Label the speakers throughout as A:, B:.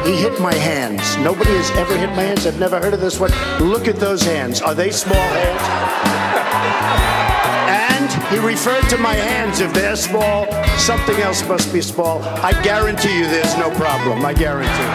A: He hit my hands. Nobody has ever hit my hands. I've never heard of this one. Look at those hands. Are they small hands? And he referred to my hands. If they're small, something else must be small. I guarantee you there's no problem. I guarantee.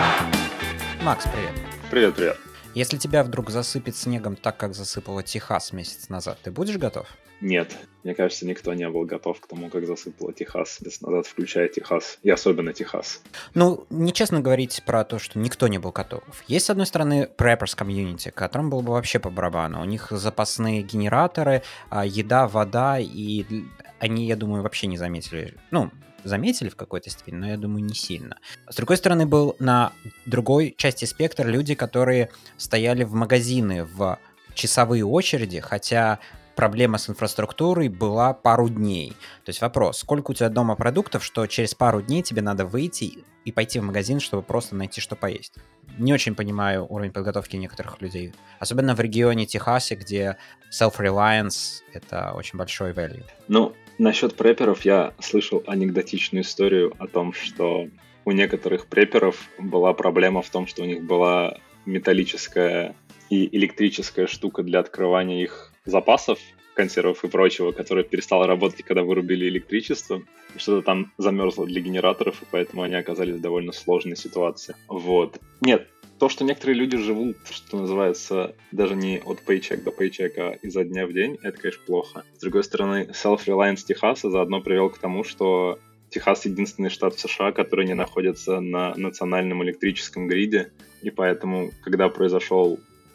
B: Макс, привет.
C: Привет.
B: Если тебя вдруг засыпет снегом так, как засыпало Техас месяц назад, ты будешь готов?
C: Нет, мне кажется, никто не был готов к тому, как засыпало Техас месяц назад, включая Техас, и особенно Техас.
B: Ну, нечестно говорить про то, что никто не был готов. Есть, с одной стороны, preppers комьюнити, которым было бы вообще по барабану. У них запасные генераторы, еда, вода, и они, я думаю, вообще не заметили. Заметили в какой-то степени, но я думаю, не сильно. С другой стороны, был на другой части спектра люди, которые стояли в магазины в часовые очереди, хотя проблема с инфраструктурой была пару дней. То есть вопрос, сколько у тебя дома продуктов, что через пару дней тебе надо выйти и пойти в магазин, чтобы просто найти, что поесть. Не очень понимаю уровень подготовки некоторых людей. Особенно в регионе Техасе, где self-reliance — это очень большой value.
C: Насчет препперов я слышал анекдотичную историю о том, что у некоторых препперов была проблема в том, что у них была металлическая и электрическая штука для открывания их запасов, консервов и прочего, которая перестала работать, когда вырубили электричество. Что-то там замерзло для генераторов, и поэтому они оказались в довольно сложной ситуации. Нет, то, что некоторые люди живут, что называется, даже не от paycheck до paycheck, а изо дня в день, это, конечно, плохо. С другой стороны, self-reliance Техаса заодно привел к тому, что Техас — единственный штат в США, который не находится на национальном электрическом гриде, и поэтому, когда произошел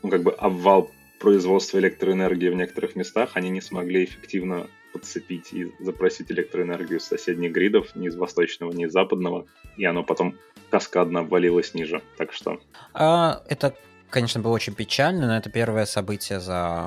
C: обвал производства электроэнергии в некоторых местах, они не смогли эффективно подцепить и запросить электроэнергию с соседних гридов, ни из восточного, ни из западного, и оно потом каскадно обвалилось ниже. Так что...
B: Это, конечно, было очень печально, но это первое событие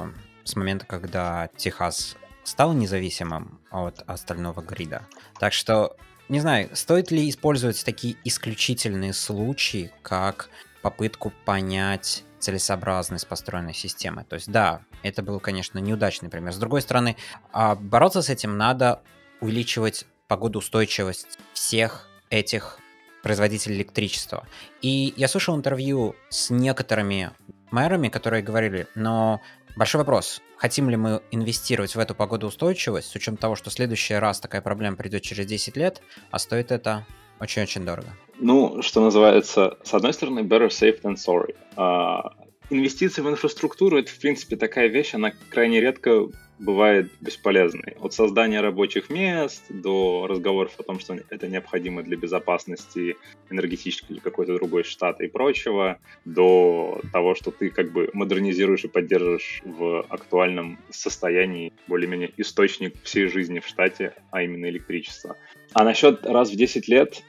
B: с момента, когда Техас стал независимым от остального грида. Так что, не знаю, стоит ли использовать такие исключительные случаи, как попытку понять целесообразность построенной системы. То есть, да, это был, конечно, неудачный пример. С другой стороны, бороться с этим надо увеличивать погодоустойчивость всех этих производителей электричества. И я слышал интервью с некоторыми мэрами, которые говорили, но большой вопрос, хотим ли мы инвестировать в эту погодоустойчивость, с учетом того, что в следующий раз такая проблема придет через 10 лет, а стоит это очень-очень дорого.
C: Что называется, с одной стороны, better safe than sorry. Инвестиции в инфраструктуру — это, в принципе, такая вещь, она крайне редко бывает бесполезной. От создания рабочих мест до разговоров о том, что это необходимо для безопасности энергетической или какой-то другой штата и прочего, до того, что ты модернизируешь и поддерживаешь в актуальном состоянии более-менее источник всей жизни в штате, а именно электричество. А насчет раз в 10 лет,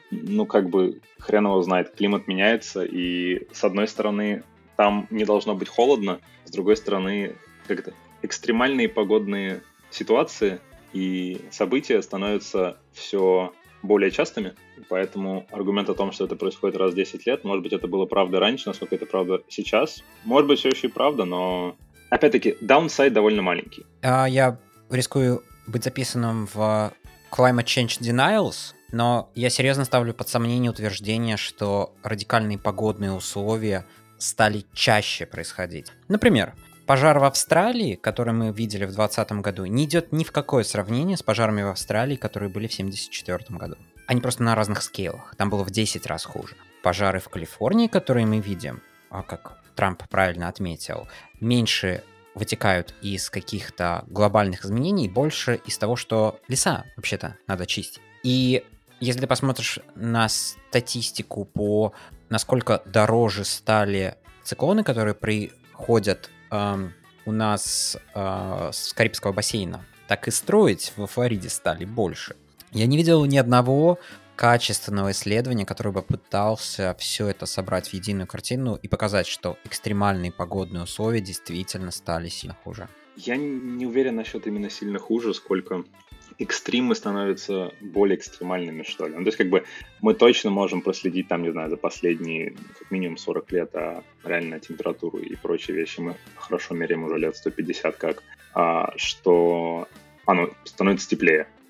C: хрен его знает, климат меняется, и с одной стороны, там не должно быть холодно, с другой стороны, экстремальные погодные ситуации и события становятся все более частыми, поэтому аргумент о том, что это происходит раз в 10 лет, может быть, это было правда раньше, насколько это правда сейчас, может быть, все еще и правда, но, опять-таки, даунсайд довольно маленький.
B: Я рискую быть записанным в Climate Change Denials, но я серьезно ставлю под сомнение утверждение, что радикальные погодные условия стали чаще происходить. Например, пожар в Австралии, который мы видели в 2020 году, не идет ни в какое сравнение с пожарами в Австралии, которые были в 1974 году. Они просто на разных скейлах. Там было в 10 раз хуже. Пожары в Калифорнии, которые мы видим, как Трамп правильно отметил, меньше вытекают из каких-то глобальных изменений, больше из того, что леса вообще-то надо чистить. И если ты посмотришь на статистику по насколько дороже стали циклоны, которые приходят у нас с Карибского бассейна, так и строить во Флориде стали больше. Я не видел ни одного качественного исследования, которое бы пытался все это собрать в единую картину и показать, что экстремальные погодные условия действительно стали сильно хуже.
C: Я не уверен насчет именно сильно хуже, сколько экстримы становятся более экстремальными, что ли. То есть, мы точно можем проследить, за последние, как минимум, 40 лет, реально температуру и прочие вещи мы хорошо меряем уже лет 150 что оно становится теплее.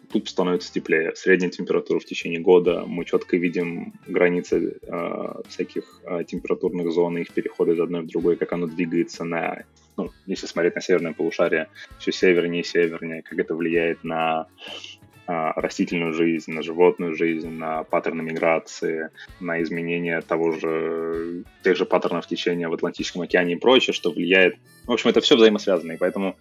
C: тут становится теплее. Средняя температура в течение года, мы четко видим границы всяких температурных зон, их переходы из одной в другой, как оно двигается на, ну, если смотреть на северное полушарие, все севернее и севернее, как это влияет на растительную жизнь, на животную жизнь, на паттерны миграции, на изменение тех же паттернов течения в Атлантическом океане и прочее, что влияет... В общем, это все взаимосвязано, и поэтому,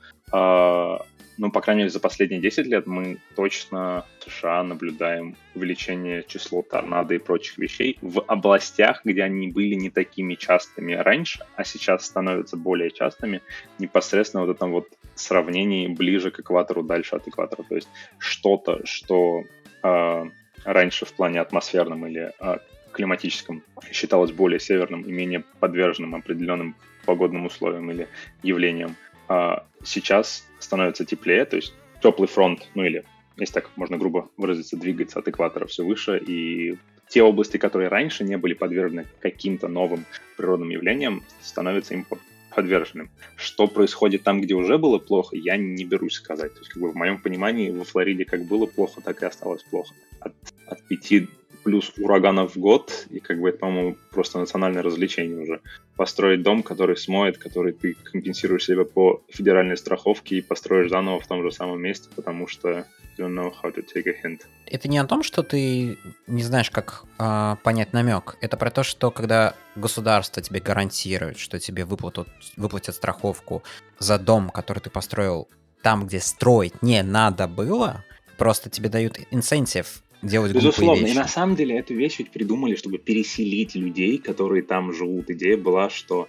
C: ну, по крайней мере, за последние 10 лет мы точно в США наблюдаем увеличение числа торнадо и прочих вещей в областях, где они были не такими частыми раньше, а сейчас становятся более частыми непосредственно вот в этом вот сравнении ближе к экватору, дальше от экватора. То есть что-то, что раньше в плане атмосферном или климатическом считалось более северным и менее подверженным определенным погодным условиям или явлениям, сейчас становится теплее, то есть теплый фронт, ну или, если так можно грубо выразиться, двигается от экватора все выше, и те области, которые раньше не были подвержены каким-то новым природным явлениям, становятся им подверженным. Что происходит там, где уже было плохо, я не берусь сказать. То есть, как бы, в моем понимании, во Флориде как было плохо, так и осталось плохо. От 5 плюс ураганов в год, и как бы это, по-моему, просто национальное развлечение уже. Построить дом, который смоет, который ты компенсируешь себе по федеральной страховке и построишь заново в том же самом месте, потому что you don't know how to take a hint.
B: Это не о том, что ты не знаешь, как понять намек. Это про то, что когда государство тебе гарантирует, что тебе выплатят страховку за дом, который ты построил там, где строить не надо было, просто тебе дают инсентив делать глупые
C: Безусловно,
B: вещи.
C: И на самом деле эту вещь ведь придумали, чтобы переселить людей, которые там живут. Идея была, что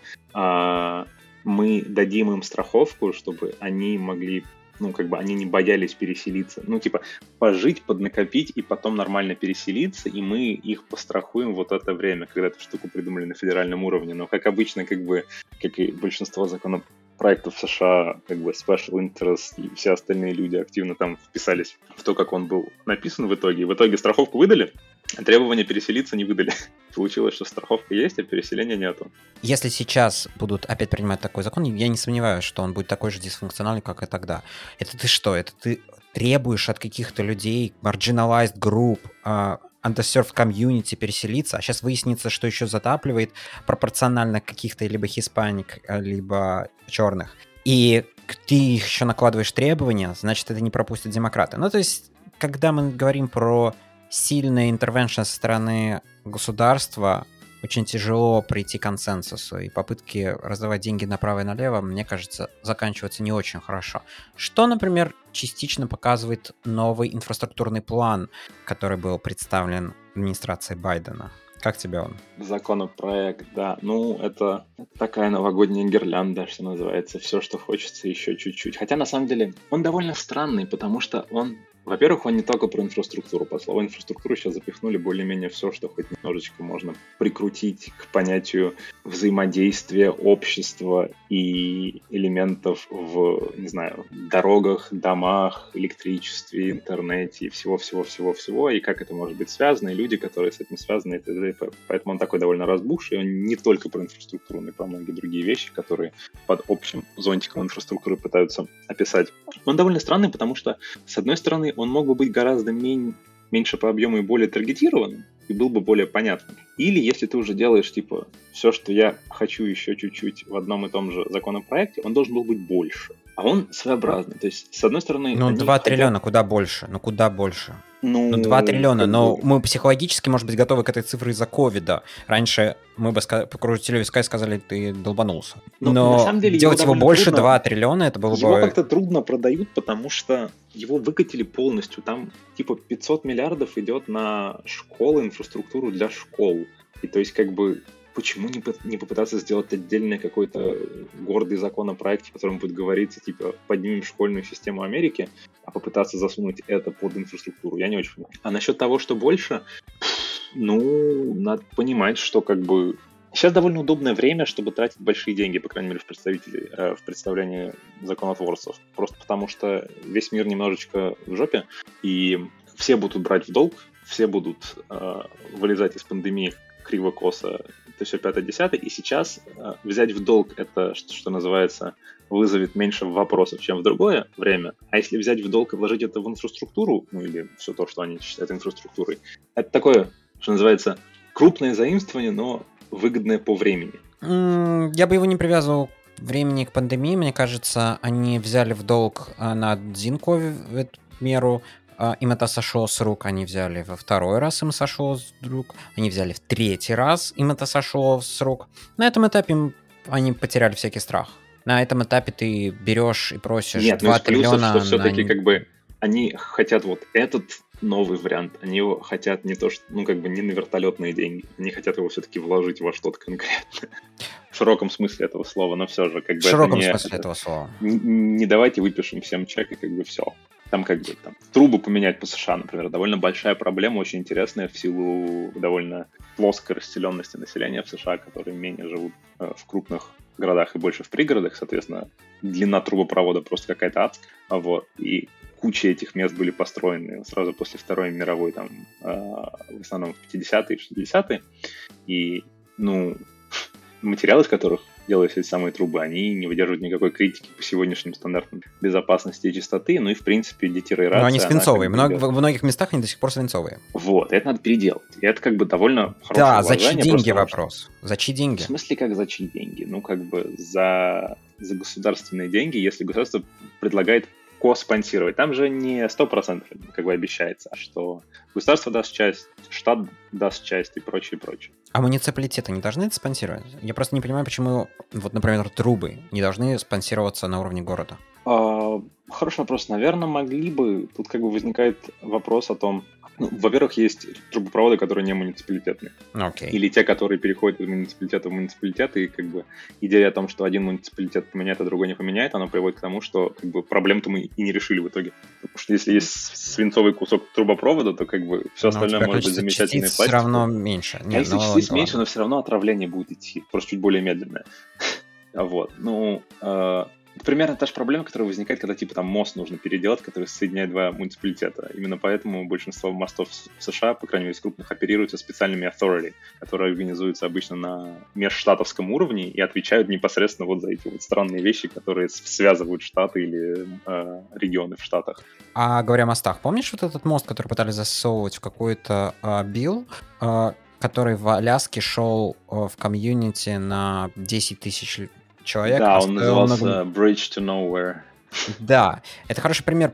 C: мы дадим им страховку, чтобы они могли, ну, как бы они не боялись переселиться. Ну, типа, пожить, поднакопить и потом нормально переселиться, и мы их пострахуем вот это время, когда эту штуку придумали на федеральном уровне. Но, как обычно, как бы, как и большинство законопроектов в США, как бы Special Interest и все остальные люди активно там вписались в то, как он был написан в итоге. И в итоге страховку выдали, а требования переселиться не выдали. Получилось, что страховка есть, а переселения нету.
B: Если сейчас будут опять принимать такой закон, я не сомневаюсь, что он будет такой же дисфункциональный, как и тогда. Это ты что? Это ты требуешь от каких-то людей, marginalized group, underserved community переселиться, а сейчас выяснится, что еще затапливает пропорционально каких-то либо хиспаник, либо черных. И ты их еще накладываешь требования, значит, это не пропустят демократы. Ну, то есть, когда мы говорим про сильные интервеншн со стороны государства, очень тяжело прийти к консенсусу, и попытки раздавать деньги направо и налево, мне кажется, заканчиваются не очень хорошо. Что, например, частично показывает новый инфраструктурный план, который был представлен администрацией Байдена. Как тебе он?
C: Законопроект, да. Ну, это такая новогодняя гирлянда, что называется. Все, что хочется, еще чуть-чуть. Хотя, на самом деле, он довольно странный, потому что он... Во-первых, он не только про инфраструктуру. По слову инфраструктуру сейчас запихнули более-менее все, что хоть немножечко можно прикрутить к понятию взаимодействия общества и элементов в, не знаю, дорогах, домах, электричестве, интернете и всего-всего-всего-всего, и как это может быть связано, и люди, которые с этим связаны, и т.д. Поэтому он такой довольно разбухший, он не только про инфраструктуру, но и про многие другие вещи, которые под общим зонтиком инфраструктуры пытаются описать. Он довольно странный, потому что, с одной стороны, он мог бы быть гораздо меньше по объему и более таргетированным, и был бы более понятным. Или если ты уже делаешь, типа, все, что я хочу еще чуть-чуть в одном и том же законопроекте, он должен был быть больше. А он своеобразный. То есть, с одной стороны...
B: Ну, 2 триллиона, куда больше? Ну, куда больше? Ну, 2 триллиона, но мы психологически, может быть, готовы к этой цифре из-за ковида. Раньше мы бы покрутили виска и сказали, ты долбанулся. Но
C: на самом деле,
B: делать его больше, трудно. 2 триллиона, это было бы...
C: Его как-то трудно продают, потому что его выкатили полностью. Там, типа, 500 миллиардов идет на школы, инфраструктуру для школ. И то есть, как бы, почему не попытаться сделать отдельный какой-то гордый законопроект, в котором будет говориться, типа, поднимем школьную систему Америки, а попытаться засунуть это под инфраструктуру? Я не очень понимаю. А насчет того, что больше, ну, надо понимать, что, как бы, сейчас довольно удобное время, чтобы тратить большие деньги, по крайней мере, в представлении законотворцев. Просто потому что весь мир немножечко в жопе, и все будут брать в долг, все будут вылезать из пандемии криво-косо, это все 5-10, и сейчас взять в долг это, что называется, вызовет меньше вопросов, чем в другое время. А если взять в долг и вложить это в инфраструктуру, ну или все то, что они считают инфраструктурой, это такое, что называется, крупное заимствование, но выгодное по времени.
B: Я бы его не привязывал времени к пандемии. Мне кажется, они взяли в долг на один ковид меру, им это сошло с рук, они взяли во второй раз, им сошло с рук, они взяли в третий раз, им это сошло с рук. На этом этапе они потеряли всякий страх. На этом этапе ты берешь и просишь 2 триллиона...
C: Что все-таки как бы они хотят вот этот новый вариант, они его хотят не то, что, ну как бы не на вертолетные деньги, они хотят его все-таки вложить во что-то конкретное. В широком смысле этого слова, но все же как бы...
B: В широком смысле этого слова.
C: Не давайте выпишем всем чек и как бы все. Там как бы там трубы поменять по США, например, довольно большая проблема, очень интересная в силу довольно плоской расселенности населения в США, которые менее живут в крупных городах и больше в пригородах, соответственно, длина трубопровода просто какая-то адская, вот, и куча этих мест были построены сразу после Второй мировой, там, в основном в 50-е, 60-е, и, ну, материалы, из которых делаются эти самые трубы, они не выдерживают никакой критики по сегодняшним стандартам безопасности и чистоты, ну и, в принципе, детерорация...
B: Но они свинцовые, в многих местах они до сих пор свинцовые.
C: Вот, это надо переделать. И это как бы довольно хорошее
B: да, за чьи деньги
C: просто,
B: вопрос? За чьи деньги?
C: В смысле, как за чьи деньги? Ну, как бы за государственные деньги, если государство предлагает коспонсировать. Там же не 100% как бы обещается, а что государство даст часть, штат даст часть и прочее, прочее.
B: А муниципалитеты не должны это спонсировать? Я просто не понимаю, почему, вот, например, трубы не должны спонсироваться на уровне города.
C: Хороший вопрос. Наверное, могли бы. Тут как бы возникает вопрос о том, ну, во-первых, есть трубопроводы, которые не муниципалитетные.
B: Okay.
C: Или те, которые переходят из муниципалитета в муниципалитет, и как бы идея о том, что один муниципалитет поменяет, а другой не поменяет, она приводит к тому, что как бы проблем-то мы и не решили в итоге. Потому что если есть свинцовый кусок трубопровода, то как бы все остальное может быть замечательный пластик.
B: Все равно меньше.
C: Нет, если частиц меньше, но все равно отравление будет идти, просто чуть более медленное. Вот, ну... Примерно та же проблема, которая возникает, когда типа там мост нужно переделать, который соединяет два муниципалитета. Именно поэтому большинство мостов в США, по крайней мере, из крупных, оперируются специальными authority, которые организуются обычно на межштатовском уровне и отвечают непосредственно вот за эти вот странные вещи, которые связывают штаты или регионы в штатах.
B: А говоря о мостах, помнишь вот этот мост, который пытались засовывать в какой-то билл, который в Аляске шел в комьюнити на 10 тысяч человек?
C: Да, он назывался Bridge to Nowhere.
B: Да, это хороший пример,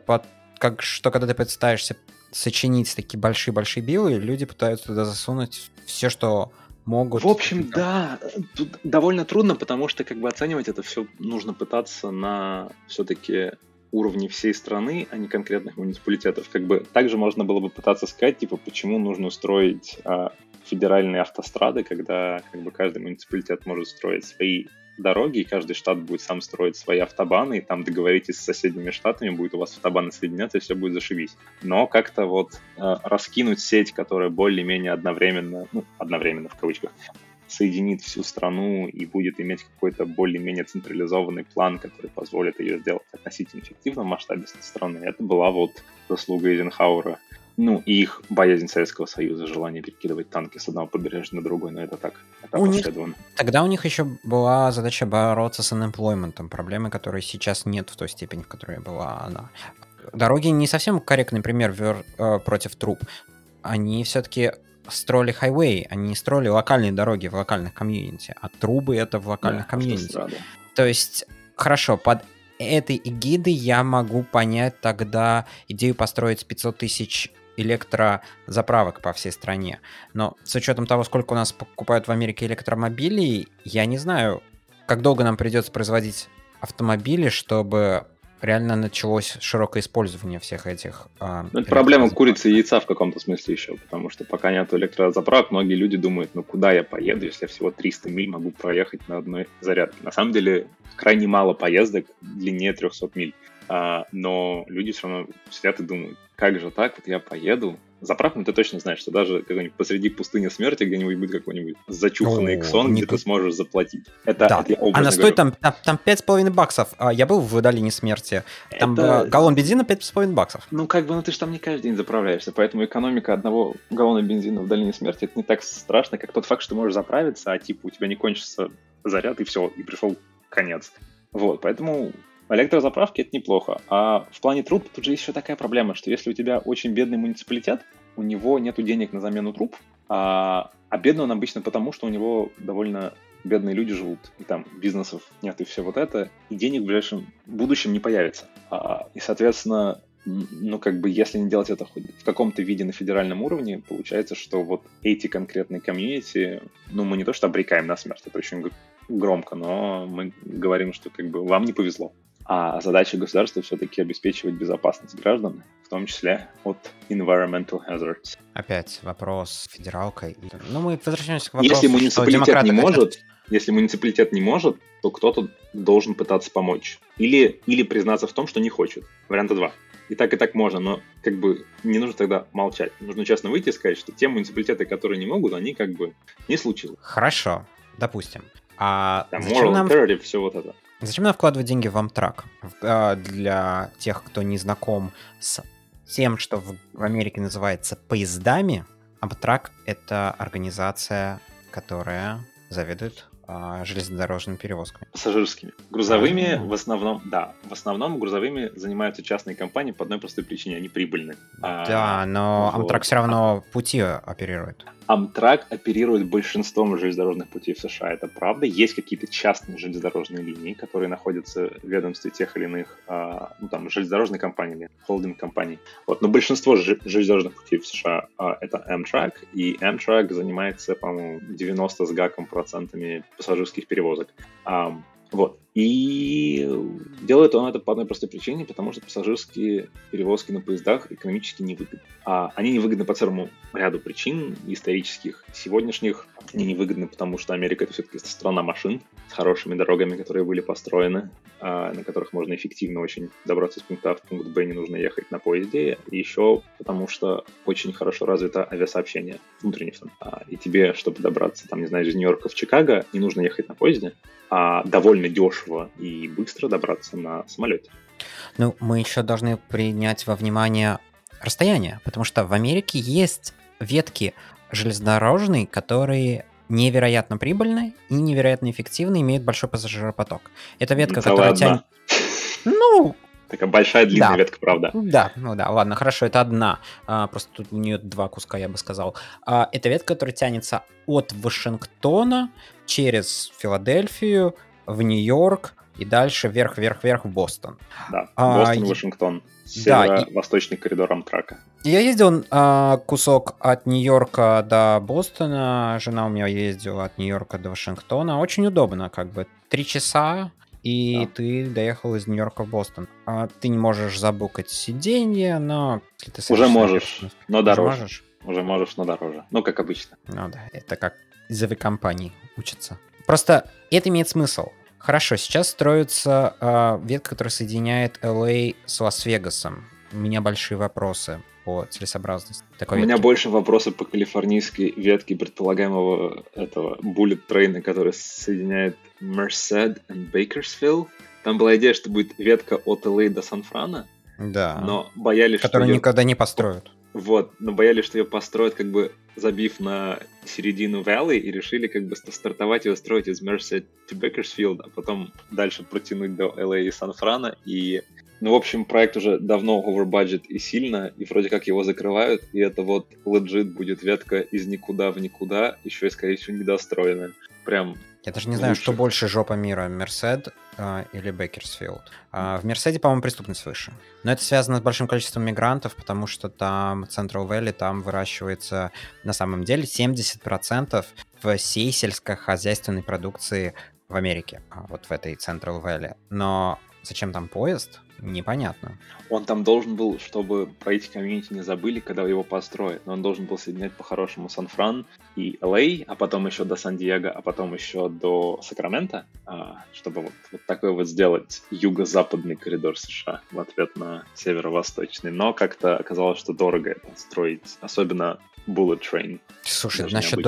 B: что когда ты пытаешься сочинить такие большие-большие биллы, люди пытаются туда засунуть все, что могут.
C: В общем, да, тут довольно трудно, потому что как бы оценивать это все нужно пытаться на все-таки уровне всей страны, а не конкретных муниципалитетов. Как бы также можно было бы пытаться сказать, типа, почему нужно строить федеральные автострады, когда как бы каждый муниципалитет может строить свои дороги, и каждый штат будет сам строить свои автобаны, и там договоритесь с соседними штатами, будет у вас автобаны соединяться, и все будет зашибись. Но как-то вот раскинуть сеть, которая более-менее одновременно, ну, одновременно в кавычках, соединит всю страну и будет иметь какой-то более-менее централизованный план, который позволит ее сделать относительно эффективно в масштабе страны. Это была вот заслуга Эйзенхауэра. Ну, и их боязнь Советского Союза, желание перекидывать танки с одного побережья на другой, но это так, это опосредованно.
B: Тогда у них еще была задача бороться с unemployment, проблемы, которой сейчас нет в той степени, в которой была она. Дороги не совсем корректный пример против труб. Они все-таки строили хайвей, они строили локальные дороги в локальных комьюнити, а трубы это в локальных комьюнити. То есть, хорошо, под этой эгидой я могу понять тогда идею построить 500 тысяч электрозаправок по всей стране. Но с учетом того, сколько у нас покупают в Америке электромобилей, я не знаю, как долго нам придется производить автомобили, чтобы реально началось широкое использование всех этих...
C: Это проблема курицы и яйца в каком-то смысле еще, потому что пока нет электрозаправок, многие люди думают, ну куда я поеду, если я всего 300 миль могу проехать на одной зарядке. На самом деле крайне мало поездок длиннее 300 миль. Но люди все равно сидят и думают, как же так, вот я поеду. Заправку ты точно знаешь, что даже как-нибудь посреди пустыни смерти где-нибудь будет какой-нибудь зачуханный Exxon, где ты сможешь заплатить.
B: Это она стоит там $5,5. Я был в долине смерти. Там галлон бензина $5,5.
C: Ну, как бы, ты же там не каждый день заправляешься, поэтому экономика одного галлона бензина в долине смерти это не так страшно, как тот факт, что ты можешь заправиться, а типа у тебя не кончится заряд, и все, и пришел конец. Вот, поэтому электрозаправки — это неплохо. А в плане труб тут же есть еще такая проблема, что если у тебя очень бедный муниципалитет, у него нету денег на замену труб, а бедный он обычно потому, что у него довольно бедные люди живут, и там бизнесов нет, и все вот это, и денег в ближайшем будущем не появится. И, соответственно, если не делать это хоть в каком-то виде на федеральном уровне, получается, что вот эти конкретные комьюнити, мы не то что обрекаем на смерть, это очень громко, но мы говорим, что вам не повезло. А задача государства все-таки обеспечивать безопасность граждан, в том числе от environmental hazards.
B: Опять вопрос с федералкой. Мы возвращаемся к вопросу,
C: если муниципалитет не может, то кто-то должен пытаться помочь. Или признаться в том, что не хочет. Варианта 2. И так можно, но не нужно тогда молчать. Нужно честно выйти и сказать, что те муниципалитеты, которые не могут, они не случилось.
B: Хорошо, допустим.
C: Все вот это.
B: Зачем нам вкладывать деньги в Amtrak? Для тех, кто не знаком с тем, что в Америке называется поездами, Amtrak — это организация, которая заведует железнодорожными перевозками.
C: Пассажирскими. Грузовыми в основном грузовыми занимаются частные компании по одной простой причине, они прибыльны.
B: Но Amtrak все равно пути оперирует.
C: Amtrak оперирует большинством железнодорожных путей в США, это правда. Есть какие-то частные железнодорожные линии, которые находятся в ведомстве тех или иных железнодорожной компании, холдинг-компаний. Но большинство железнодорожных путей в США это Amtrak, и Amtrak занимается, по-моему, 90 с гаком процентами пассажирских перевозок. И делает он это по одной простой причине, потому что пассажирские перевозки на поездах экономически невыгодны. Они невыгодны по целому ряду причин, исторических, сегодняшних. Они невыгодны, потому что Америка — это все-таки страна машин с хорошими дорогами, которые были построены, на которых можно эффективно очень добраться из пункта А в пункт Б, не нужно ехать на поезде. И еще потому что очень хорошо развито авиасообщение внутреннее. И тебе, чтобы добраться, из Нью-Йорка в Чикаго, не нужно ехать на поезде, а довольно дешево и быстро добраться на самолете.
B: Мы еще должны принять во внимание расстояние, потому что в Америке есть ветки железнодорожные, которые невероятно прибыльны и невероятно эффективны, имеют большой пассажиропоток. Это ветка, которая тянет...
C: Такая большая длинная ветка, правда?
B: Да, ладно, хорошо, это одна. Просто тут у нее два куска, я бы сказал. Это ветка, которая тянется от Вашингтона через Филадельфию в Нью-Йорк и дальше вверх в Бостон.
C: Да, Бостон, Вашингтон. Северо-восточный коридор Амтрака.
B: Я ездил кусок от Нью-Йорка до Бостона. Жена у меня ездила от Нью-Йорка до Вашингтона. Очень удобно, 3 часа. И ты доехал из Нью-Йорка в Бостон. Ты не можешь забукать сиденье, но...
C: Уже можешь, но дороже. Уже можешь, но дороже. Как обычно.
B: Это как из авиакомпаний учатся. Просто это имеет смысл. Хорошо, сейчас строится ветка, которая соединяет LA с Лас-Вегасом. У меня большие вопросы по целесообразности такой ветки.
C: У меня больше вопросов по калифорнийской ветке предполагаемого этого bullet train, который соединяет Merced и Bakersfield. Там была идея, что будет ветка от LA до Сан-Франо.
B: Да.
C: Но боялись,
B: которую никогда не построят.
C: Но боялись, что ее построят, забив на середину Valley, и решили стартовать ее строить из Merced to Bakersfield, а потом дальше протянуть до LA и Сан-Франо. И, в общем, проект уже давно over budget и сильно, и вроде как его закрывают, и это legit будет ветка из никуда в никуда, еще и, скорее всего, недостроенная. Прям...
B: Я даже не знаю, что больше жопа мира, Мерсед или Бейкерсфилд. В Мерседе, по-моему, преступность выше. Но это связано с большим количеством мигрантов, потому что там, Central Valley, там выращивается на самом деле 70% всей сельскохозяйственной продукции в Америке, в этой Central Valley. Но зачем там поезд? Непонятно.
C: Он там должен был, чтобы про эти комьюнити не забыли, когда его построят. Но он должен был соединять по-хорошему Сан-Фран и Л.А., а потом еще до Сан-Диего, а потом еще до Сакрамента, чтобы вот такой сделать юго-западный коридор США в ответ на северо-восточный. Но как-то оказалось, что дорого это строить, особенно Bullet Train.
B: Слушай, насчет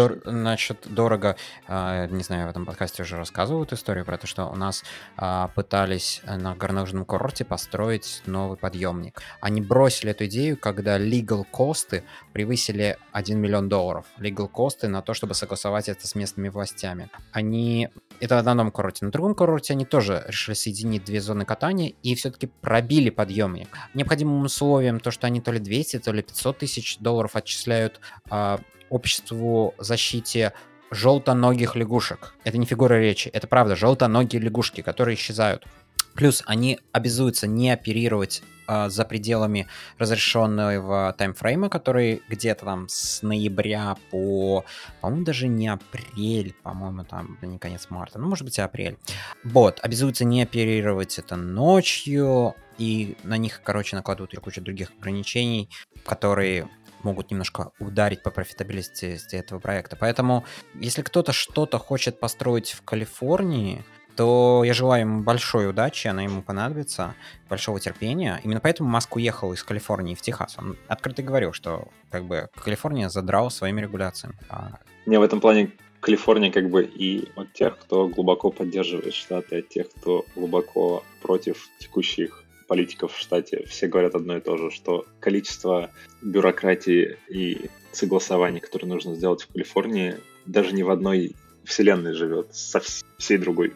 B: дорого, не знаю, в этом подкасте уже рассказывал эту историю про то, что у нас пытались на горнолыжном курорте построить новый подъемник. Они бросили эту идею, когда legal косты превысили $1 миллион. Legal косты на то, чтобы согласовать это с местными властями. Они Это на одном курорте. На другом курорте они тоже решили соединить две зоны катания и все-таки пробили подъемник. Необходимым условием то, что они то ли 200, то ли 500 тысяч долларов отчисляют обществу защите желтоногих лягушек. Это не фигура речи, это правда, желтоногие лягушки, которые исчезают. Плюс они обязуются не оперировать за пределами разрешенного таймфрейма, который где-то там с ноября по-моему, даже не апрель, по-моему, там не конец марта, может быть и апрель. Вот, обязуются не оперировать это ночью, и на них, накладывают кучу других ограничений, которые могут немножко ударить по профитабилити этого проекта. Поэтому, если кто-то что-то хочет построить в Калифорнии, то я желаю ему большой удачи, она ему понадобится, большого терпения. Именно поэтому Маск уехал из Калифорнии в Техас. Он открыто говорил, что Калифорния задрала своими регуляциями.
C: Не, в этом плане Калифорния и от тех, кто глубоко поддерживает Штаты, от тех, кто глубоко против текущих политиков в штате, все говорят одно и то же, что количество бюрократии и согласований, которые нужно сделать в Калифорнии, даже не в одной вселенной живет со всей другой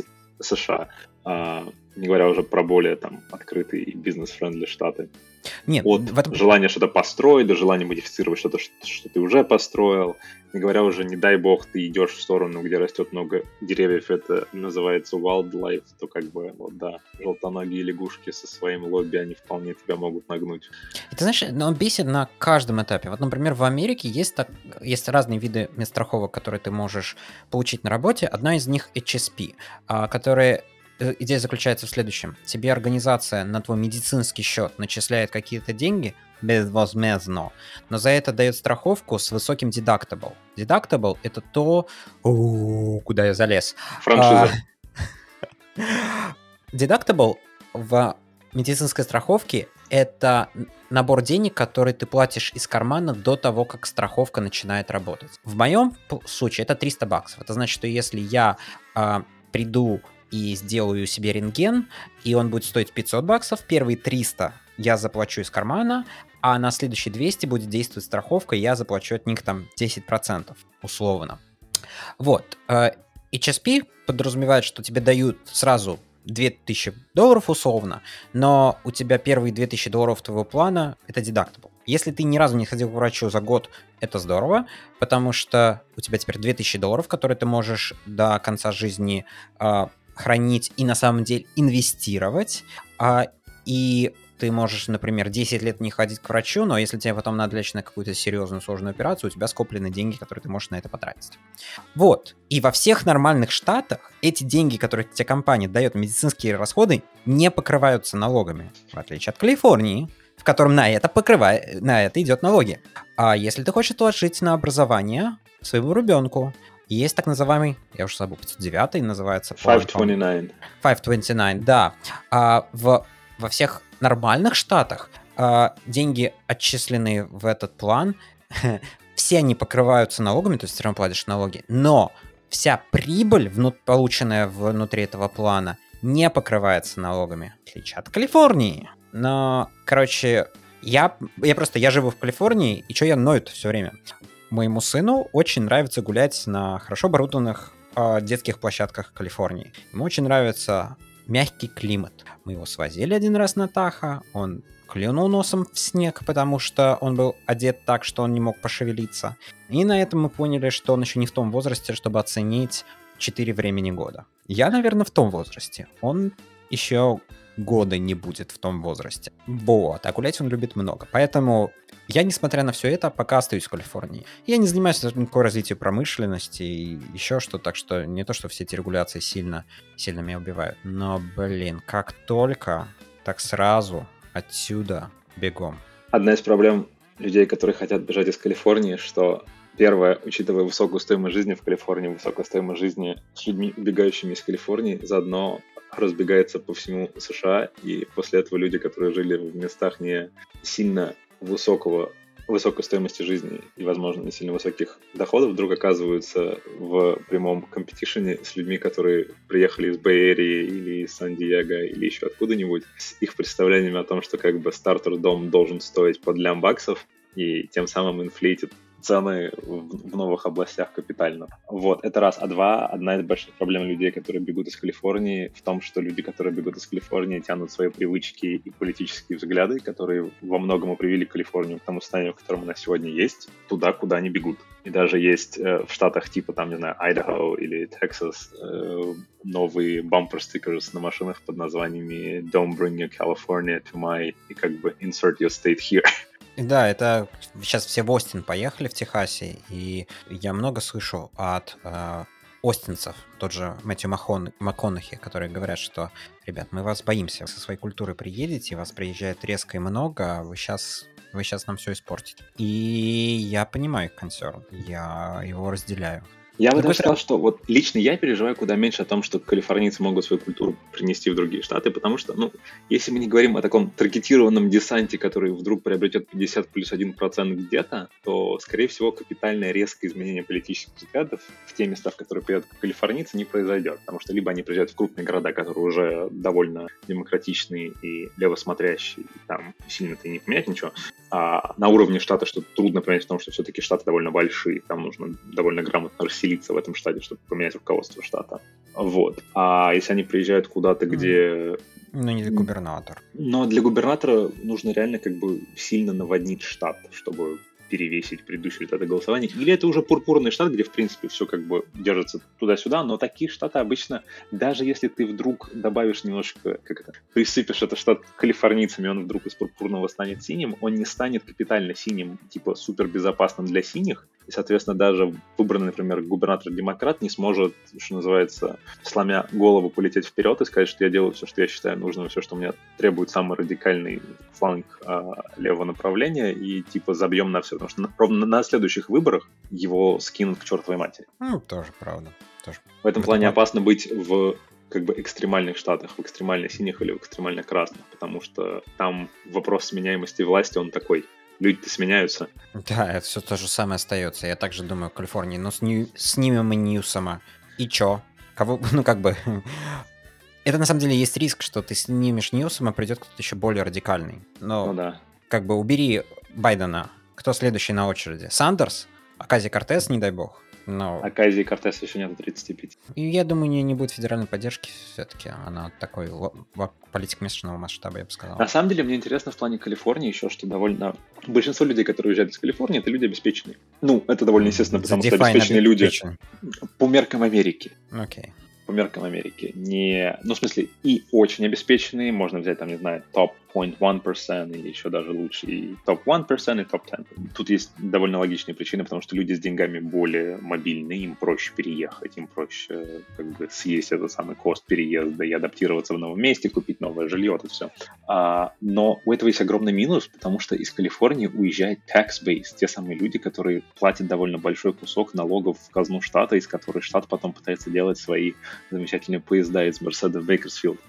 C: США, не говоря уже про более открытые и бизнес-френдли штаты.
B: Нет,
C: от желания что-то построить до желания модифицировать что-то, что ты уже построил, не говоря уже, не дай бог, ты идешь в сторону, где растет много деревьев, это называется wildlife, то желтоногие лягушки со своим лобби, они вполне тебя могут нагнуть.
B: И ты знаешь, он бесит на каждом этапе. Вот, например, в Америке есть разные виды медстраховок, которые ты можешь получить на работе. Одна из них HSP, которая... Идея заключается в следующем. Тебе организация на твой медицинский счет начисляет какие-то деньги безвозмездно, но за это дает страховку с высоким deductible. Deductible — это то... куда я залез?
C: Франшиза.
B: Deductible в медицинской страховке — это набор денег, который ты платишь из кармана до того, как страховка начинает работать. В моем случае это $300. Это значит, что если я приду и сделаю себе рентген, и он будет стоить $500, первые 300 я заплачу из кармана, а на следующие 200 будет действовать страховка, и я заплачу от них 10% условно. Вот. HSP подразумевает, что тебе дают сразу $2000 условно, но у тебя первые $2000 твоего плана — это deductible. Если ты ни разу не ходил к врачу за год, это здорово, потому что у тебя теперь $2000, которые ты можешь до конца жизни хранить и на самом деле инвестировать, и ты можешь, например, 10 лет не ходить к врачу, но если тебе потом надо лечь на какую-то серьезную сложную операцию, у тебя скоплены деньги, которые ты можешь на это потратить. Вот. И во всех нормальных штатах эти деньги, которые тебе компания дает на медицинские расходы, не покрываются налогами, в отличие от Калифорнии, в котором на это идет налоги. А если ты хочешь вложить на образование своему ребенку, есть так называемый, я уже забыл, 509 называется.
C: 529.
B: 529, да. Во всех нормальных штатах деньги, отчисленные в этот план, все они покрываются налогами, то есть все равно платишь налоги, но вся прибыль, полученная внутри этого плана, не покрывается налогами, в отличие от Калифорнии. Но, я живу в Калифорнии, и что я ною-то все время? Моему сыну очень нравится гулять на хорошо оборудованных детских площадках Калифорнии. Ему очень нравится мягкий климат. Мы его свозили один раз на Тахо, он клюнул носом в снег, потому что он был одет так, что он не мог пошевелиться. И на этом мы поняли, что он еще не в том возрасте, чтобы оценить 4 времени года. Я, наверное, в том возрасте. Он еще года не будет в том возрасте. Вот, а гулять он любит много. Поэтому я, несмотря на все это, пока остаюсь в Калифорнии. Я не занимаюсь никакой развитием промышленности и еще что, так что не то, что все эти регуляции сильно меня убивают. Но, как только, так сразу отсюда бегом.
C: Одна из проблем людей, которые хотят бежать из Калифорнии, что первое, учитывая высокую стоимость жизни в Калифорнии, высокая стоимость жизни с людьми, убегающими из Калифорнии, заодно разбегается по всему США, и после этого люди, которые жили в местах не сильно высокой стоимости жизни и, возможно, не сильно высоких доходов, вдруг оказываются в прямом компетишене с людьми, которые приехали из Бэй-Эрии или из Сан-Диего или еще откуда-нибудь, с их представлениями о том, что стартер-дом должен стоить по $2 и тем самым инфлейтит цены в новых областях капитально. Вот, это раз. А два, одна из больших проблем людей, которые бегут из Калифорнии, в том, что люди, которые бегут из Калифорнии, тянут свои привычки и политические взгляды, которые во многом и привели Калифорнию к тому состоянию, в котором она сегодня есть, туда, куда они бегут. И даже есть в штатах типа, там, не знаю, Idaho или Texas новые bumper stickers на машинах под названиями Don't bring your California to my, и как бы insert your state here.
B: Да, это сейчас все в Остин поехали в Техасе, и я много слышу от остинцев, тот же Мэтью МакКонахи, которые говорят, что, ребят, мы вас боимся, со своей культуры приедете, вас приезжает резко и много, а вы сейчас нам все испортите. И я понимаю их консерн, я его разделяю.
C: Я бы даже сказал, что вот лично я переживаю куда меньше о том, что калифорнийцы могут свою культуру принести в другие штаты, потому что, ну, если мы не говорим о таком таргетированном десанте, который вдруг приобретет 50 плюс 1% где-то, то, скорее всего, капитальное резкое изменение политических взглядов в те места, в которые приедут калифорнийцы, не произойдет, потому что либо они приезжают в крупные города, которые уже довольно демократичные и левосмотрящие, и там сильно-то не поменять ничего, а на уровне штата что-то трудно понять, потому что все-таки штаты довольно большие, там нужно довольно грамотно расселиться в этом штате, чтобы поменять руководство штата. Вот. А если они приезжают куда-то, где...
B: Ну, не губернатор.
C: Но для губернатора нужно реально как бы сильно наводнить штат, чтобы перевесить предыдущие результаты голосования. Или это уже пурпурный штат, где, в принципе, все как бы держится туда-сюда, но такие штаты обычно, даже если ты вдруг добавишь немножко, присыпешь этот штат калифорнийцами, он вдруг из пурпурного станет синим, он не станет капитально синим, типа супербезопасным для синих, и, соответственно, даже выбранный, например, губернатор-демократ не сможет, что называется, сломя голову, полететь вперед и сказать, что я делаю все, что я считаю нужным, все, что мне требует самый радикальный фланг левого направления, и типа забьем на все. Потому что ровно на следующих выборах его скинут к чертовой матери.
B: Ну, тоже правда. Тоже.
C: В этом плане опасно быть в как бы экстремальных штатах, в экстремально синих или в экстремально красных, потому что там вопрос сменяемости власти, он такой. Люди-то сменяются.
B: Да, это все то же самое остается. Я также думаю в Калифорнии. Но снимем мы Ньюсома. И чё? Кого, ну как бы... Это на самом деле есть риск, что ты снимешь Ньюсома, придет кто-то еще более радикальный. Но
C: ну, да.
B: Как бы убери Байдена. Кто следующий на очереди? Сандерс? Оказия-Кортес, не дай бог. Но...
C: Оказии-Кортес еще нет 35.
B: И я думаю, не будет федеральной поддержки все-таки. Она такой политик месячного масштаба, я бы сказал.
C: На самом деле, мне интересно в плане Калифорнии еще, что довольно... Большинство людей, которые уезжают из Калифорнии, это люди обеспеченные. Ну, это довольно естественно, потому что обеспеченные люди по меркам Америки.
B: Окей.
C: По меркам Америки. Не... Ну, в смысле, и очень обеспеченные. Можно взять, там, не знаю, топ 0.1% или еще даже лучше, и топ 1% и топ 10%. Тут есть довольно логичные причины, потому что люди с деньгами более мобильны, им проще переехать, им проще как бы съесть этот самый кост переезда и адаптироваться в новом месте, купить новое жилье, это все. Но у этого есть огромный минус, потому что из Калифорнии уезжает tax base, те самые люди, которые платят довольно большой кусок налогов в казну штата, из которых штат потом пытается делать свои замечательные поезда из Мерседа в Бейкерсфилд.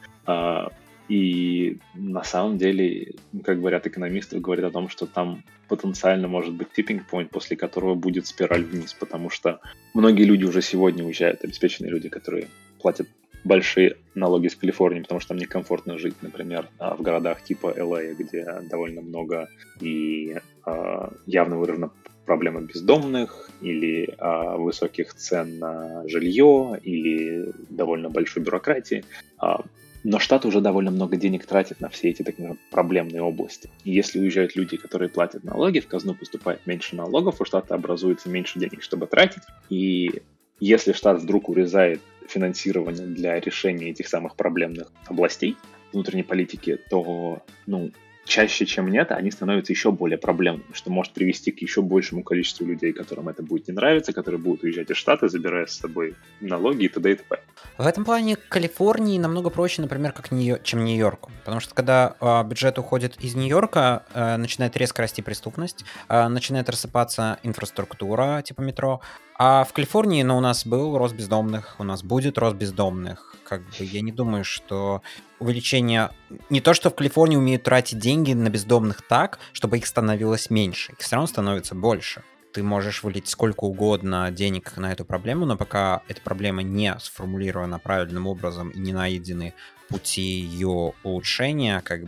C: И на самом деле, как бы ряд экономистов говорит о том, что там потенциально может быть tipping point, после которого будет спираль вниз, потому что многие люди уже сегодня уезжают, обеспеченные люди, которые платят большие налоги из Калифорнии, потому что там некомфортно жить, например, в городах типа LA, где довольно много и явно выражена проблема бездомных, или высоких цен на жилье, или довольно большой бюрократии. Но штат уже довольно много денег тратит на все эти так называемые проблемные области. И если уезжают люди, которые платят налоги, в казну поступает меньше налогов, у штата образуется меньше денег, чтобы тратить. И если штат вдруг урезает финансирование для решения этих самых проблемных областей внутренней политики, то, чаще, чем нет, они становятся еще более проблемными, что может привести к еще большему количеству людей, которым это будет не нравиться, которые будут уезжать из штата, забирая с собой налоги и т.д. и т.п.
B: В этом плане Калифорнии намного проще, например, чем Нью-Йорку. Потому что когда бюджет уходит из Нью-Йорка, начинает резко расти преступность, начинает рассыпаться инфраструктура типа метро. А в Калифорнии, у нас был рост бездомных, у нас будет рост бездомных. Как бы я не думаю, что увеличение... Не то, что в Калифорнии умеют тратить деньги на бездомных так, чтобы их становилось меньше. Их все равно становится больше. Ты можешь вылить сколько угодно денег на эту проблему, но пока эта проблема не сформулирована правильным образом и не найдены пути ее улучшения, как бы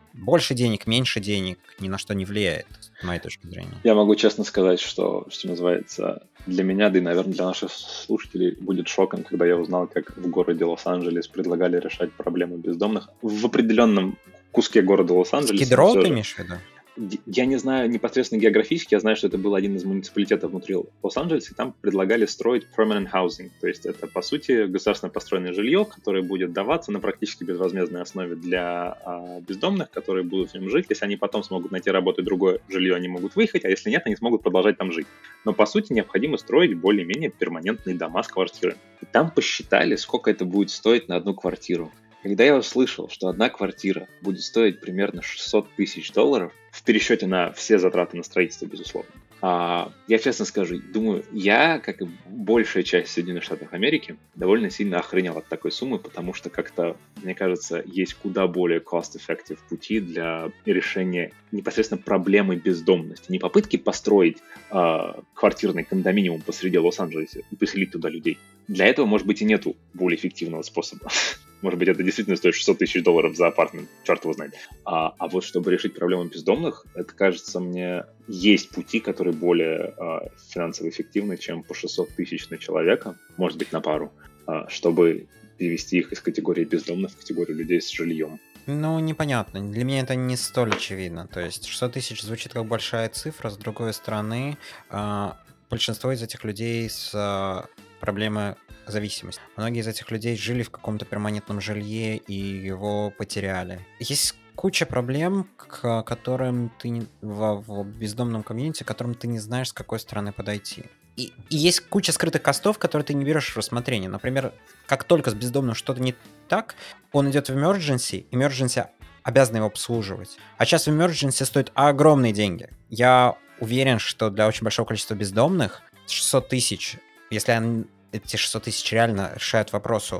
B: больше денег, меньше денег ни на что не влияет, с моей точки зрения.
C: Я могу честно сказать, что называется, для меня, да и, наверное, для наших слушателей будет шоком, когда я узнал, как в городе Лос-Анджелес предлагали решать проблему бездомных. В определенном куске города Лос-Анджелес.
B: Скид-Роу ты имеешь в виду?
C: Я не знаю непосредственно географически, я знаю, что это был один из муниципалитетов внутри Лос-Анджелеса, и там предлагали строить permanent housing, то есть это, по сути, государственно построенное жилье, которое будет даваться на практически безвозмездной основе для бездомных, которые будут в нем жить. Если они потом смогут найти работу и другое жилье, они могут выехать, а если нет, они смогут продолжать там жить. Но, по сути, необходимо строить более-менее перманентные дома с квартирами. И там посчитали, сколько это будет стоить на одну квартиру. Когда я услышал, что одна квартира будет стоить примерно $600 тысяч, в пересчете на все затраты на строительство, безусловно, я честно скажу, думаю, я, как и большая часть Соединенных Штатов Америки, довольно сильно охренел от такой суммы, потому что как-то, мне кажется, есть куда более cost-effective пути для решения непосредственно проблемы бездомности. Не попытки построить квартирный кондоминиум посреди Лос-Анджелеса и поселить туда людей. Для этого, может быть, и нету более эффективного способа. Может быть, это действительно стоит $600 тысяч за апартмент, черт его знает. А вот чтобы решить проблему бездомных, это, кажется мне, есть пути, которые более финансово эффективны, чем по 600 тысяч на человека, может быть, на пару, чтобы перевести их из категории бездомных в категорию людей с жильем.
B: Ну, непонятно. Для меня это не столь очевидно. То есть 600 тысяч звучит как большая цифра, с другой стороны, большинство из этих людей с проблемой зависимость. Многие из этих людей жили в каком-то перманентном жилье и его потеряли. Есть куча проблем, к которым ты в бездомном комьюнити, к которым ты не знаешь, с какой стороны подойти. И есть куча скрытых костов, которые ты не берешь в рассмотрение. Например, как только с бездомным что-то не так, он идет в emergency обязан его обслуживать. А сейчас в emergency стоит огромные деньги. Я уверен, что для очень большого количества бездомных 600 тысяч, если эти 600 тысяч реально решают вопрос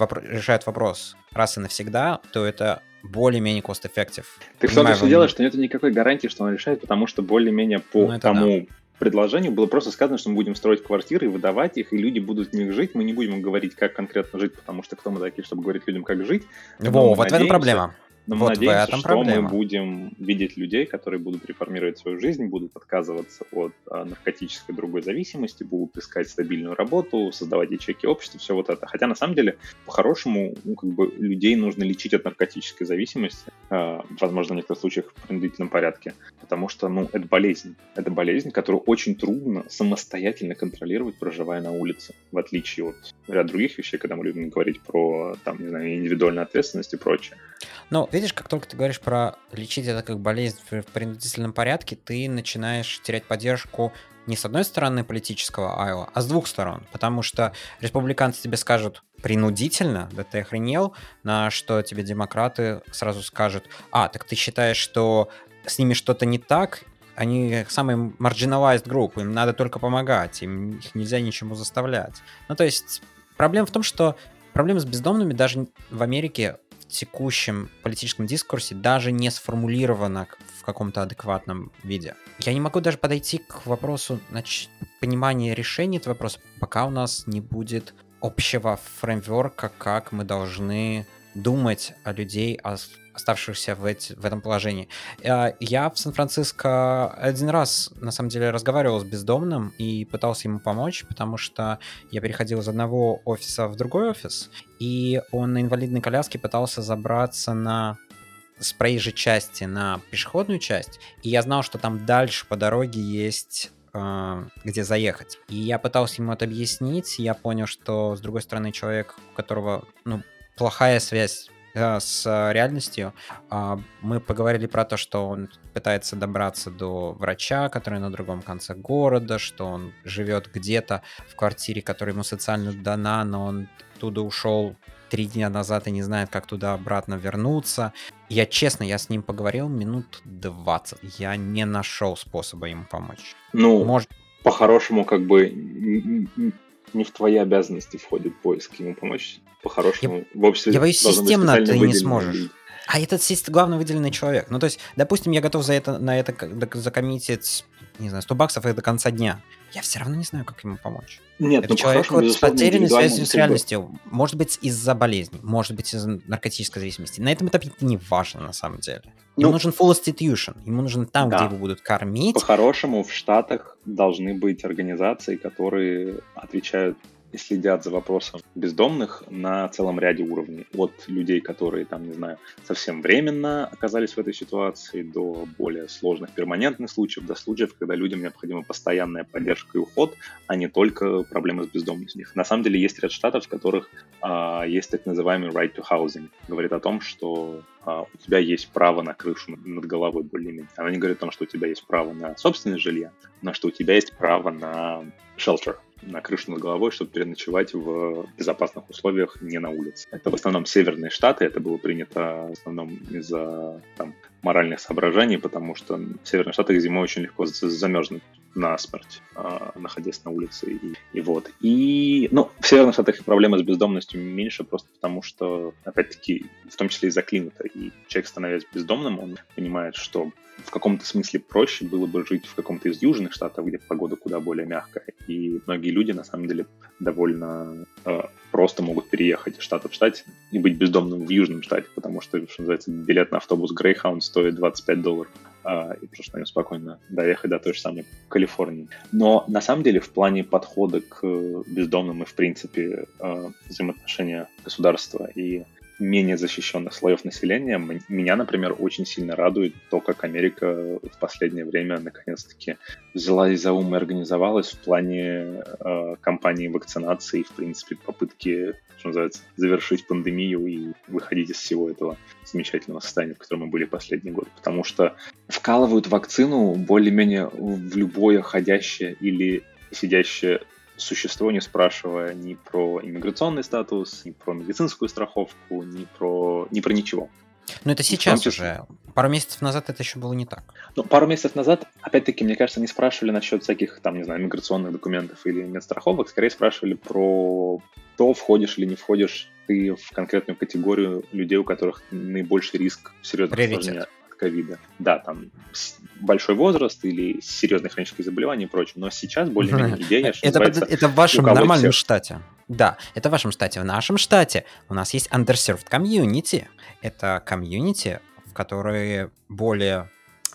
B: раз и навсегда, то это более-менее cost-effective.
C: Так в том-то все дело, что нет никакой гарантии, что он решает, потому что более-менее по тому предложению было просто сказано, что мы будем строить квартиры и выдавать их, и люди будут в них жить. Мы не будем говорить, как конкретно жить, потому что кто мы такие, чтобы говорить людям, как жить.
B: Вот в этом проблема.
C: Но мы надеемся, что мы будем видеть людей, которые будут реформировать свою жизнь, будут отказываться от наркотической другой зависимости, будут искать стабильную работу, создавать ячейки общества, все вот это. Хотя, на самом деле, по-хорошему, людей нужно лечить от наркотической зависимости, возможно, в некоторых случаях в принудительном порядке, потому что, это болезнь. Это болезнь, которую очень трудно самостоятельно контролировать, проживая на улице, в отличие от ряда других вещей, когда мы любим говорить про, индивидуальную ответственность и прочее.
B: Видишь, как только ты говоришь про лечить это как болезнь в принудительном порядке, ты начинаешь терять поддержку не с одной стороны политического айла, а с двух сторон. Потому что республиканцы тебе скажут принудительно, да ты охренел, на что тебе демократы сразу скажут: так ты считаешь, что с ними что-то не так? Они самые marginalized группы, им надо только помогать, их нельзя ничему заставлять. То есть проблема в том, что проблема с бездомными даже в Америке в текущем политическом дискурсе даже не сформулирована в каком-то адекватном виде. Я не могу даже подойти к вопросу понимания решения этого вопроса, пока у нас не будет общего фреймворка, как мы должны думать о людей, оставшихся в этом положении. Я в Сан-Франциско один раз, на самом деле, разговаривал с бездомным и пытался ему помочь, потому что я переходил из одного офиса в другой офис, и он на инвалидной коляске пытался забраться с проезжей части на пешеходную часть, и я знал, что там дальше по дороге есть где заехать. И я пытался ему это объяснить, я понял, что, с другой стороны, человек, у которого, плохая связь с реальностью. Мы поговорили про то, что он пытается добраться до врача, который на другом конце города, что он живет где-то в квартире, которая ему социально дана, но он оттуда ушел 3 дня назад и не знает, как туда обратно вернуться. Я с ним поговорил минут 20. Я не нашел способа ему помочь.
C: По-хорошему, не в твои обязанности входит поиск ему помочь. По-хорошему, в обществе
B: я боюсь, системно ты не сможешь. А этот главный выделенный человек. Ну, то есть, допустим, я готов на это закоммитить, не знаю, $100 и до конца дня. Я все равно не знаю, как ему помочь.
C: Нет,
B: это человек вот с потерянной связью с реальностью.
C: бы.
B: Может быть, из-за болезни, может быть, из-за наркотической зависимости. На этом этапе это не важно, на самом деле. Ему нужен full institution. Ему нужен там, где его будут кормить.
C: По-хорошему, в Штатах должны быть организации, которые отвечают и следят за вопросом бездомных на целом ряде уровней. От людей, которые, там, не знаю, совсем временно оказались в этой ситуации, до более сложных перманентных случаев, до случаев, когда людям необходима постоянная поддержка и уход, а не только проблемы с бездомностью. На самом деле есть ряд штатов, в которых есть так называемый right to housing. Говорит о том, что у тебя есть право на крышу над головой более-менее. Она не говорит о том, что у тебя есть право на собственное жилье, но что у тебя есть право на shelter, на крышу над головой, чтобы переночевать в безопасных условиях не на улице. Это в основном северные штаты, это было принято в основном из-за моральных соображений, потому что в северных штатах зимой очень легко замерзнуть насмерть, находясь на улице. И в северных штатах проблемы с бездомностью меньше, просто потому что, опять-таки, в том числе из-за климата. И человек, становясь бездомным, он понимает, что в каком-то смысле проще было бы жить в каком-то из южных штатов, где погода куда более мягкая. И многие люди, на самом деле, довольно просто могут переехать из штата в штат и быть бездомным в южном штате, потому что называется, билет на автобус Greyhound стоит $25. И просто на нем спокойно доехать до той же самой Калифорнии. Но на самом деле в плане подхода к бездомным и, в принципе, взаимоотношения государства и менее защищенных слоев населения, меня, например, очень сильно радует то, как Америка в последнее время наконец-таки взялась за ум и организовалась в плане кампании вакцинации, в принципе, попытки, что называется, завершить пандемию и выходить из всего этого замечательного состояния, в котором мы были последний год. Потому что вкалывают вакцину более-менее в любое ходящее или сидящее существо, не спрашивая ни про иммиграционный статус, ни про медицинскую страховку, ни про ничего.
B: Но это сейчас уже. Пару месяцев назад это еще было не так.
C: Пару месяцев назад, опять-таки, мне кажется, не спрашивали насчет всяких, миграционных документов или медстраховок, скорее спрашивали про то, входишь или не входишь ты в конкретную категорию людей, у которых наибольший риск серьезного осложнения ковида. Да, там большой возраст или серьезные хронические заболевания и прочее. Но сейчас более-менее идея, что
B: это в вашем нормальном штате. Да, это в вашем штате. В нашем штате у нас есть underserved community. Это комьюнити, в которые более...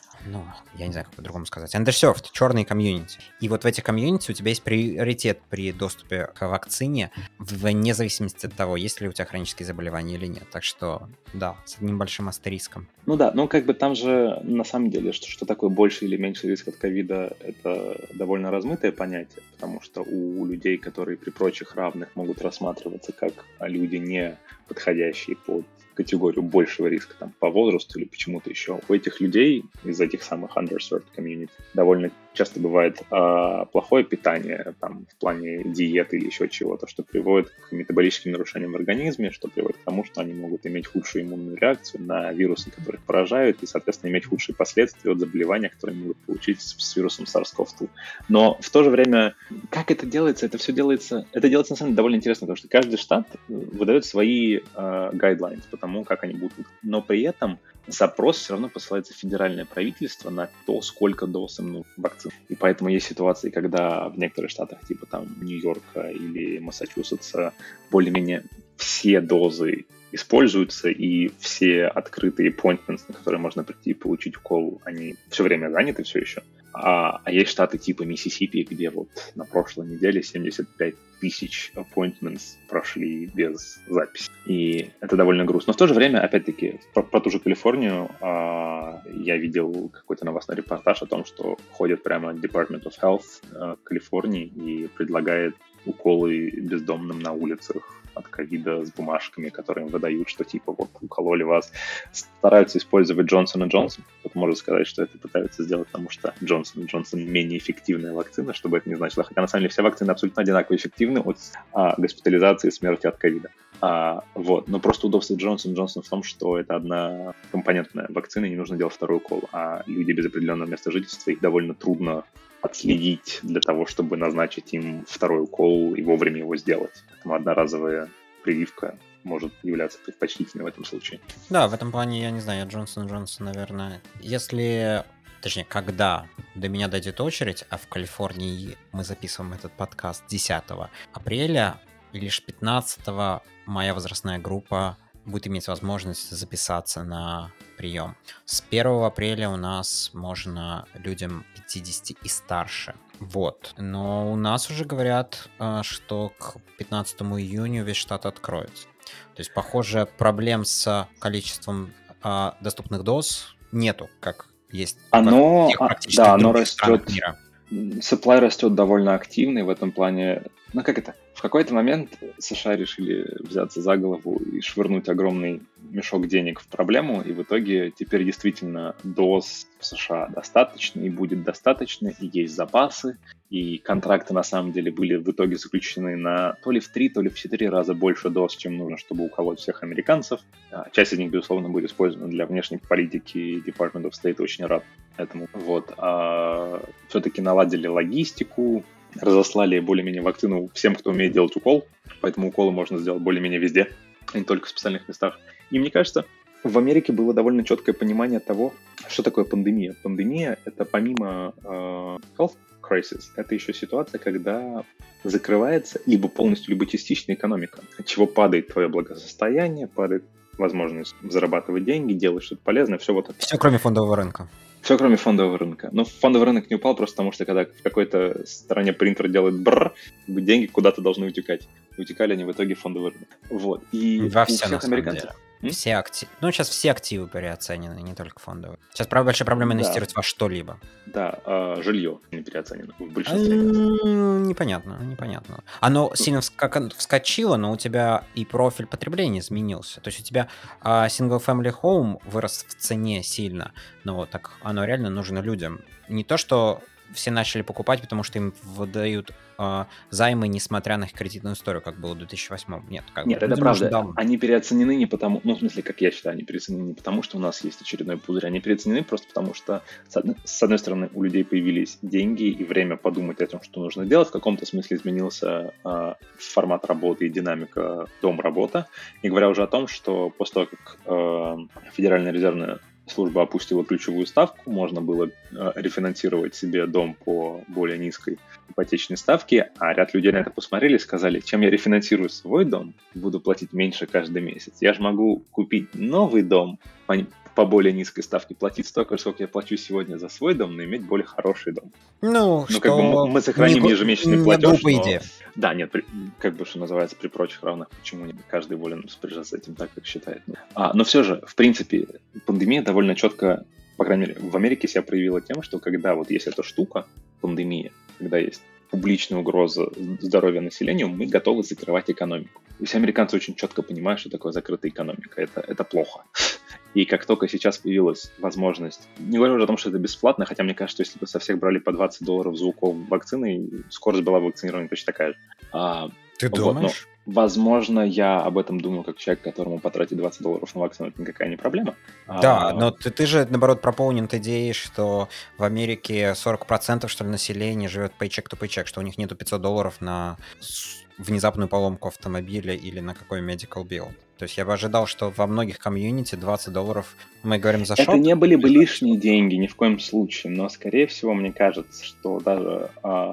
B: я не знаю, как по-другому сказать. Underserved, черные комьюнити. И вот в этих комьюнити у тебя есть приоритет при доступе к вакцине, вне зависимости от того, есть ли у тебя хронические заболевания или нет. Так что, да, с одним большим астериском.
C: Там же, на самом деле, что такое больше или меньше риск от ковида, это довольно размытое понятие, потому что у людей, которые при прочих равных могут рассматриваться как люди, не подходящие под категорию большего риска по возрасту или почему-то еще. У этих людей из этих самых underserved community довольно часто бывает плохое питание в плане диеты или еще чего-то, что приводит к метаболическим нарушениям в организме, что приводит к тому, что они могут иметь худшую иммунную реакцию на вирусы, которые их поражают, и, соответственно, иметь худшие последствия от заболевания, которые могут получить с вирусом SARS-CoV-2. Но в то же время, как это делается? Это делается на самом деле довольно интересно, потому что каждый штат выдает свои guidelines по тому, как они будут. Но при этом запрос все равно посылается в федеральное правительство на то, сколько доз им нужно вакцин. И поэтому есть ситуации, когда в некоторых штатах, Нью-Йорка или Массачусетса, более-менее все дозы используются, и все открытые appointments, на которые можно прийти и получить укол, они все время заняты все еще. А есть штаты типа Миссисипи, где на прошлой неделе 75 тысяч appointments прошли без записи. И это довольно грустно. Но в то же время, опять-таки, про ту же Калифорнию я видел какой-то новостной репортаж о том, что ходит прямо Department of Health Калифорнии и предлагает уколы бездомным на улицах от ковида с бумажками, которые им выдают, что укололи вас. Стараются использовать Johnson & Johnson. Можно сказать, что это пытаются сделать, потому что Johnson & Johnson менее эффективная вакцина, чтобы это не значило. Хотя на самом деле все вакцины абсолютно одинаково эффективны от госпитализации и смерти от ковида. Но просто удобство Johnson & Johnson в том, что это однокомпонентная вакцина, и не нужно делать второй укол. А люди без определенного места жительства, их довольно трудно отследить для того, чтобы назначить им второй укол и вовремя его сделать. Поэтому одноразовая прививка может являться предпочтительной в этом случае.
B: Да, в этом плане, я не знаю, я Джонсон, наверное, точнее, когда до меня дойдет очередь, а в Калифорнии мы записываем этот подкаст 10 апреля, и лишь 15 моя возрастная группа будет иметь возможность записаться на прием. С 1 апреля у нас можно людям 50 и старше. Вот. Но у нас уже говорят, что к 15 июня весь штат откроется. То есть, похоже, проблем с количеством доступных доз нету, как есть
C: оно,
B: во всех практически других странах мира.
C: Supply растет довольно активный в этом плане. Ну, как это? В какой-то момент США решили взяться за голову и швырнуть огромный мешок денег в проблему, и в итоге теперь действительно доз в США достаточно, и будет достаточно, и есть запасы, и контракты на самом деле были в итоге заключены на то ли в 3, то ли в 4 раза больше доз, чем нужно, чтобы уколоть всех американцев. Часть из них, безусловно, будет использована для внешней политики, и Department of State очень рад этому. Вот. Все-таки наладили логистику, разослали более-менее вакцину всем, кто умеет делать укол, поэтому уколы можно сделать более-менее везде, а не только в специальных местах. И мне кажется, в Америке было довольно четкое понимание того, что такое пандемия. Пандемия — это помимо health crisis, это еще ситуация, когда закрывается либо полностью, либо частично экономика, от чего падает твое благосостояние, падает возможность зарабатывать деньги, делать что-то полезное, все вот это.
B: Все, кроме фондового рынка.
C: Все, кроме фондового рынка. Но фондовый рынок не упал просто потому, что когда в какой-то стране принтер делает бррр, деньги куда-то должны утекать. Утекали они в итоге в фондовый рынок. Вот. И
B: во
C: у
B: все,
C: всех американцев...
B: Все активы. Ну, сейчас все активы переоценены, не только фондовые. Сейчас большая проблема инвестировать во что-либо.
C: Да, жилье не переоценено в большинстве.
B: Непонятно. Оно сильно вскочило, но у тебя и профиль потребления изменился. То есть у тебя single family home вырос в цене сильно, но вот так оно реально нужно людям. Не то, что все начали покупать, потому что им выдают займы, несмотря на их кредитную историю, как было в 2008. Нет,
C: это правда. Они переоценены не потому... Ну, в смысле, как я считаю, они переоценены не потому, что у нас есть очередной пузырь. Они переоценены просто потому, что, с одной стороны, у людей появились деньги и время подумать о том, что нужно делать. В каком-то смысле изменился формат работы и динамика дом-работа. Не говоря уже о том, что после того, как Федеральная резервная служба опустила ключевую ставку, можно было рефинансировать себе дом по более низкой ипотечной ставке, а ряд людей на это посмотрели и сказали, чем я рефинансирую свой дом, буду платить меньше каждый месяц. Я же могу купить новый дом по более низкой ставке, платить столько, сколько я плачу сегодня за свой дом, но иметь более хороший дом.
B: Ну что
C: как бы мы сохраним ежемесячный платеж, но...
B: идея.
C: Да, нет, как бы, что называется, при прочих равных, почему нет? Каждый волен распоряжаться этим так, как считает. Но все же, в принципе, пандемия довольно четко, по крайней мере, в Америке себя проявила тем, что когда вот есть эта штука, пандемия, когда есть публичная угроза здоровья населению, мы готовы закрывать экономику. И все американцы очень четко понимают, что такое закрытая экономика. Это плохо. И как только сейчас появилась возможность, не говорю уже о том, что это бесплатно, хотя мне кажется, что если бы со всех брали по $20 за укол вакцины, скорость была бы вакцинирования почти такая же.
B: Ты думаешь?
C: Возможно, я об этом думаю как человек, которому потратить $20 на вакцину, это никакая не проблема.
B: Да, но ты же, наоборот, пропоунент идеи, что в Америке 40% что ли населения живет paycheck to paycheck, что у них нету $500 на внезапную поломку автомобиля или на какой medical bill. То есть я бы ожидал, что во многих комьюнити $20, мы говорим за шок.
C: Это не были бы лишние деньги ни в коем случае, но, скорее всего, мне кажется, что даже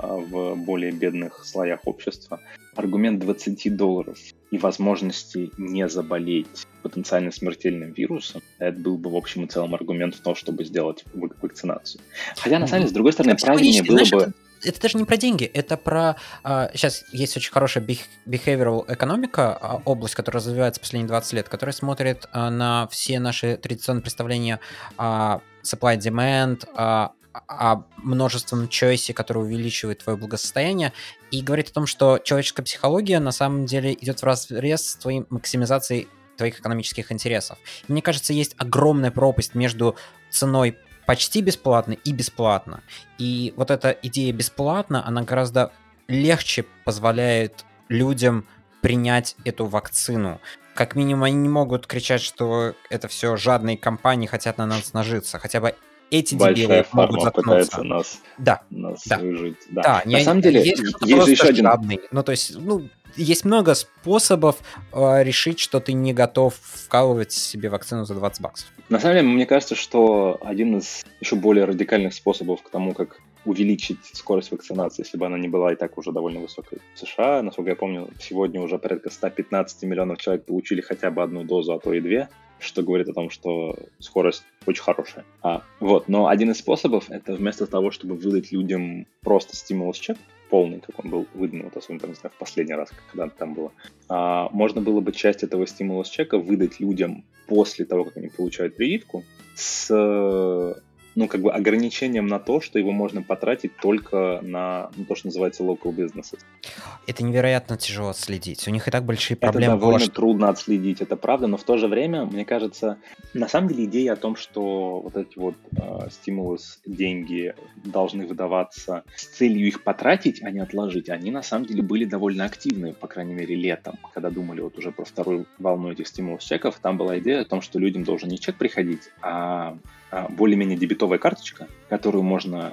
C: в более бедных слоях общества аргумент $20 и возможности не заболеть потенциально смертельным вирусом, это был бы в общем и целом аргумент в том, чтобы сделать вакцинацию. Хотя, на самом деле, с другой стороны, правильнее было бы...
B: Это даже не про деньги, это про... Сейчас есть очень хорошая behavioral экономика, область, которая развивается последние 20 лет, которая смотрит на все наши традиционные представления о supply-demand, о множественном choice, который увеличивает твое благосостояние, и говорит о том, что человеческая психология на самом деле идет вразрез с твоей максимизацией твоих экономических интересов. И мне кажется, есть огромная пропасть между ценой почти бесплатно и бесплатно. И вот эта идея бесплатно, она гораздо легче позволяет людям принять эту вакцину. Как минимум, они не могут кричать, что это все жадные компании хотят на нас нажиться. Хотя бы эти
C: большая
B: дебилы могут
C: фарма пытается
B: заткнуться.
C: нас
B: Да.
C: выжить. Да.
B: Да,
C: На самом деле,
B: есть кто-то
C: есть же
B: просто
C: еще один...
B: жадный. Ну, то есть, есть много способов решить, что ты не готов вкалывать себе вакцину за $20.
C: На самом деле, мне кажется, что один из еще более радикальных способов к тому, как увеличить скорость вакцинации, если бы она не была и так уже довольно высокой в США. Насколько я помню, сегодня уже порядка 115 миллионов человек получили хотя бы одну дозу, а то и две, что говорит о том, что скорость очень хорошая. Но один из способов — это вместо того, чтобы выдать людям просто стимулус-чек, полный, как он был выдан, вот особенно, не знаю, в последний раз, когда там было, можно было бы часть этого стимулус-чека выдать людям после того, как они получают прививку, с ограничением на то, что его можно потратить только на то, что называется local businesses.
B: Это невероятно тяжело отследить. У них и так большие проблемы.
C: Это довольно трудно отследить, это правда, но в то же время, мне кажется, на самом деле идея о том, что вот эти вот стимулус, деньги должны выдаваться с целью их потратить, а не отложить, они на самом деле были довольно активны, по крайней мере, летом, когда думали вот уже про вторую волну этих стимулус-чеков. Там была идея о том, что людям должен не чек приходить, а более-менее дебетовая карточка, которую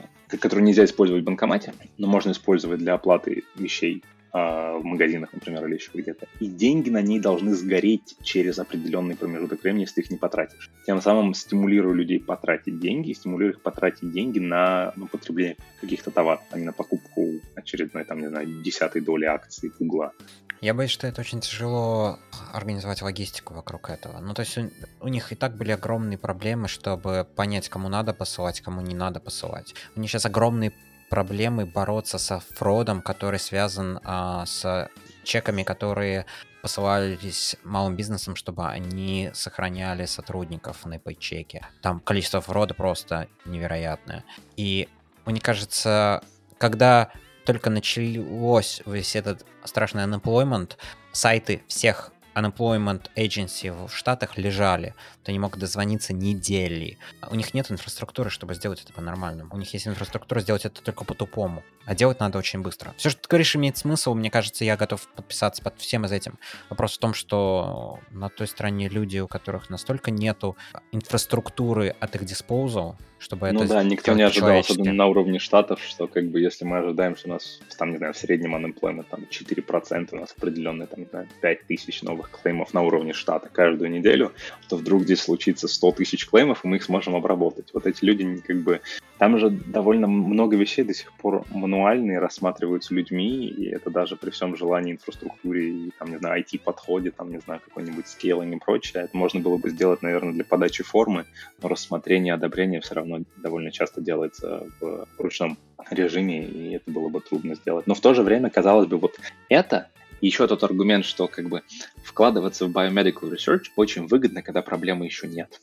C: нельзя использовать в банкомате, но можно использовать для оплаты вещей в магазинах, например, или еще где-то. И деньги на ней должны сгореть через определенный промежуток времени, если ты их не потратишь. Тем самым стимулируя людей потратить деньги, стимулируя их потратить деньги на потребление каких-то товаров, а не на покупку очередной, 10-й доли акций Гугла.
B: Я боюсь, что это очень тяжело организовать логистику вокруг этого. То есть у них и так были огромные проблемы, чтобы понять, кому надо посылать, кому не надо посылать. У них сейчас огромные проблемы бороться со фродом, который связан с чеками, которые посылались малым бизнесом, чтобы они сохраняли сотрудников на пейчеке. Там количество фрода просто невероятное. И мне кажется, когда только началось весь этот страшный unemployment, сайты всех unemployment agency в Штатах лежали. Ты не мог дозвониться недели. У них нет инфраструктуры, чтобы сделать это по-нормальному. У них есть инфраструктура сделать это только по-тупому. А делать надо очень быстро. Все, что ты говоришь, имеет смысл. Мне кажется, я готов подписаться под всем из этим. Вопрос в том, что на той стороне люди, у которых настолько нету инфраструктуры от их disposal, чтобы это
C: никто не ожидал, особенно на уровне Штатов, что если мы ожидаем, что у нас, в среднем unemployment 4%, у нас определенные 5 тысяч новых клеймов на уровне Штата каждую неделю, то вдруг здесь случится 100 тысяч клеймов, и мы их сможем обработать. Вот эти люди Там же довольно много вещей до сих пор мануальные рассматриваются людьми, и это даже при всем желании инфраструктуре и, IT-подходе, какой-нибудь скейлинг и прочее. Это можно было бы сделать, наверное, для подачи формы, но рассмотрение и одобрение все равно довольно часто делается в ручном режиме, и это было бы трудно сделать. Но в то же время, казалось бы, это и еще тот аргумент, что вкладываться в biomedical research очень выгодно, когда проблемы еще нет.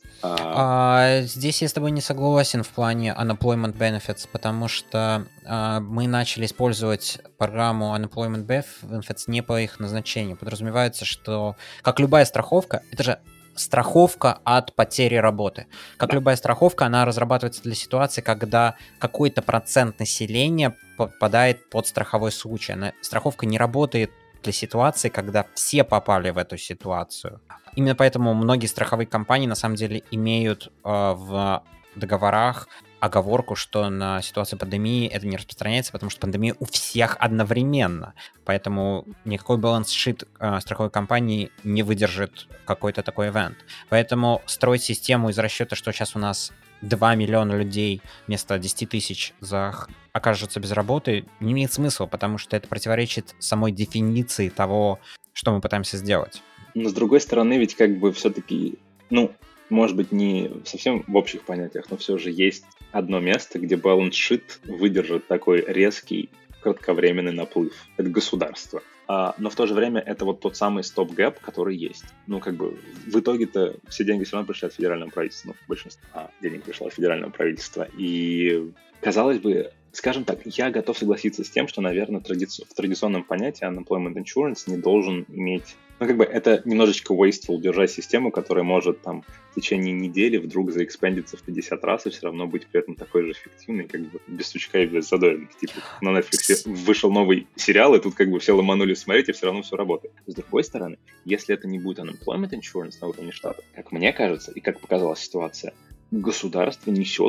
B: Здесь я с тобой не согласен в плане unemployment benefits, потому что мы начали использовать программу unemployment benefits не по их назначению. Подразумевается, что, как любая страховка, это же страховка от потери работы. Как любая страховка, она разрабатывается для ситуации, когда какой-то процент населения попадает под страховой случай. Страховка не работает для ситуации, когда все попали в эту ситуацию. Именно поэтому многие страховые компании на самом деле имеют в договорах оговорку, что на ситуацию пандемии это не распространяется, потому что пандемия у всех одновременно. Поэтому никакой баланс-шит страховой компании не выдержит какой-то такой ивент. Поэтому строить систему из расчета, что сейчас у нас 2 миллиона людей вместо 10 тысяч окажутся без работы, не имеет смысла, потому что это противоречит самой дефиниции того, что мы пытаемся сделать.
C: Но с другой стороны, ведь все-таки, может быть, не совсем в общих понятиях, но все же есть одно место, где баланс-шит выдержит такой резкий, кратковременный наплыв. Это государство. Но в то же время это тот самый стоп-гэп, который есть. В итоге-то все деньги все равно пришли от федерального правительства. Большинство денег пришло от федерального правительства. И, казалось бы, скажем так, я готов согласиться с тем, что, наверное, в традиционном понятии unemployment insurance не должен иметь... это немножечко wasteful держать систему, которая может в течение недели вдруг заэкспендиться в 50 раз и все равно быть при этом такой же эффективной, без сучка и без задоринки. На Netflix вышел новый сериал, и тут все ломанули смотреть, и все равно все работает. С другой стороны, если это не будет unemployment insurance на уровне штата, как мне кажется, и как показала ситуация, государство несет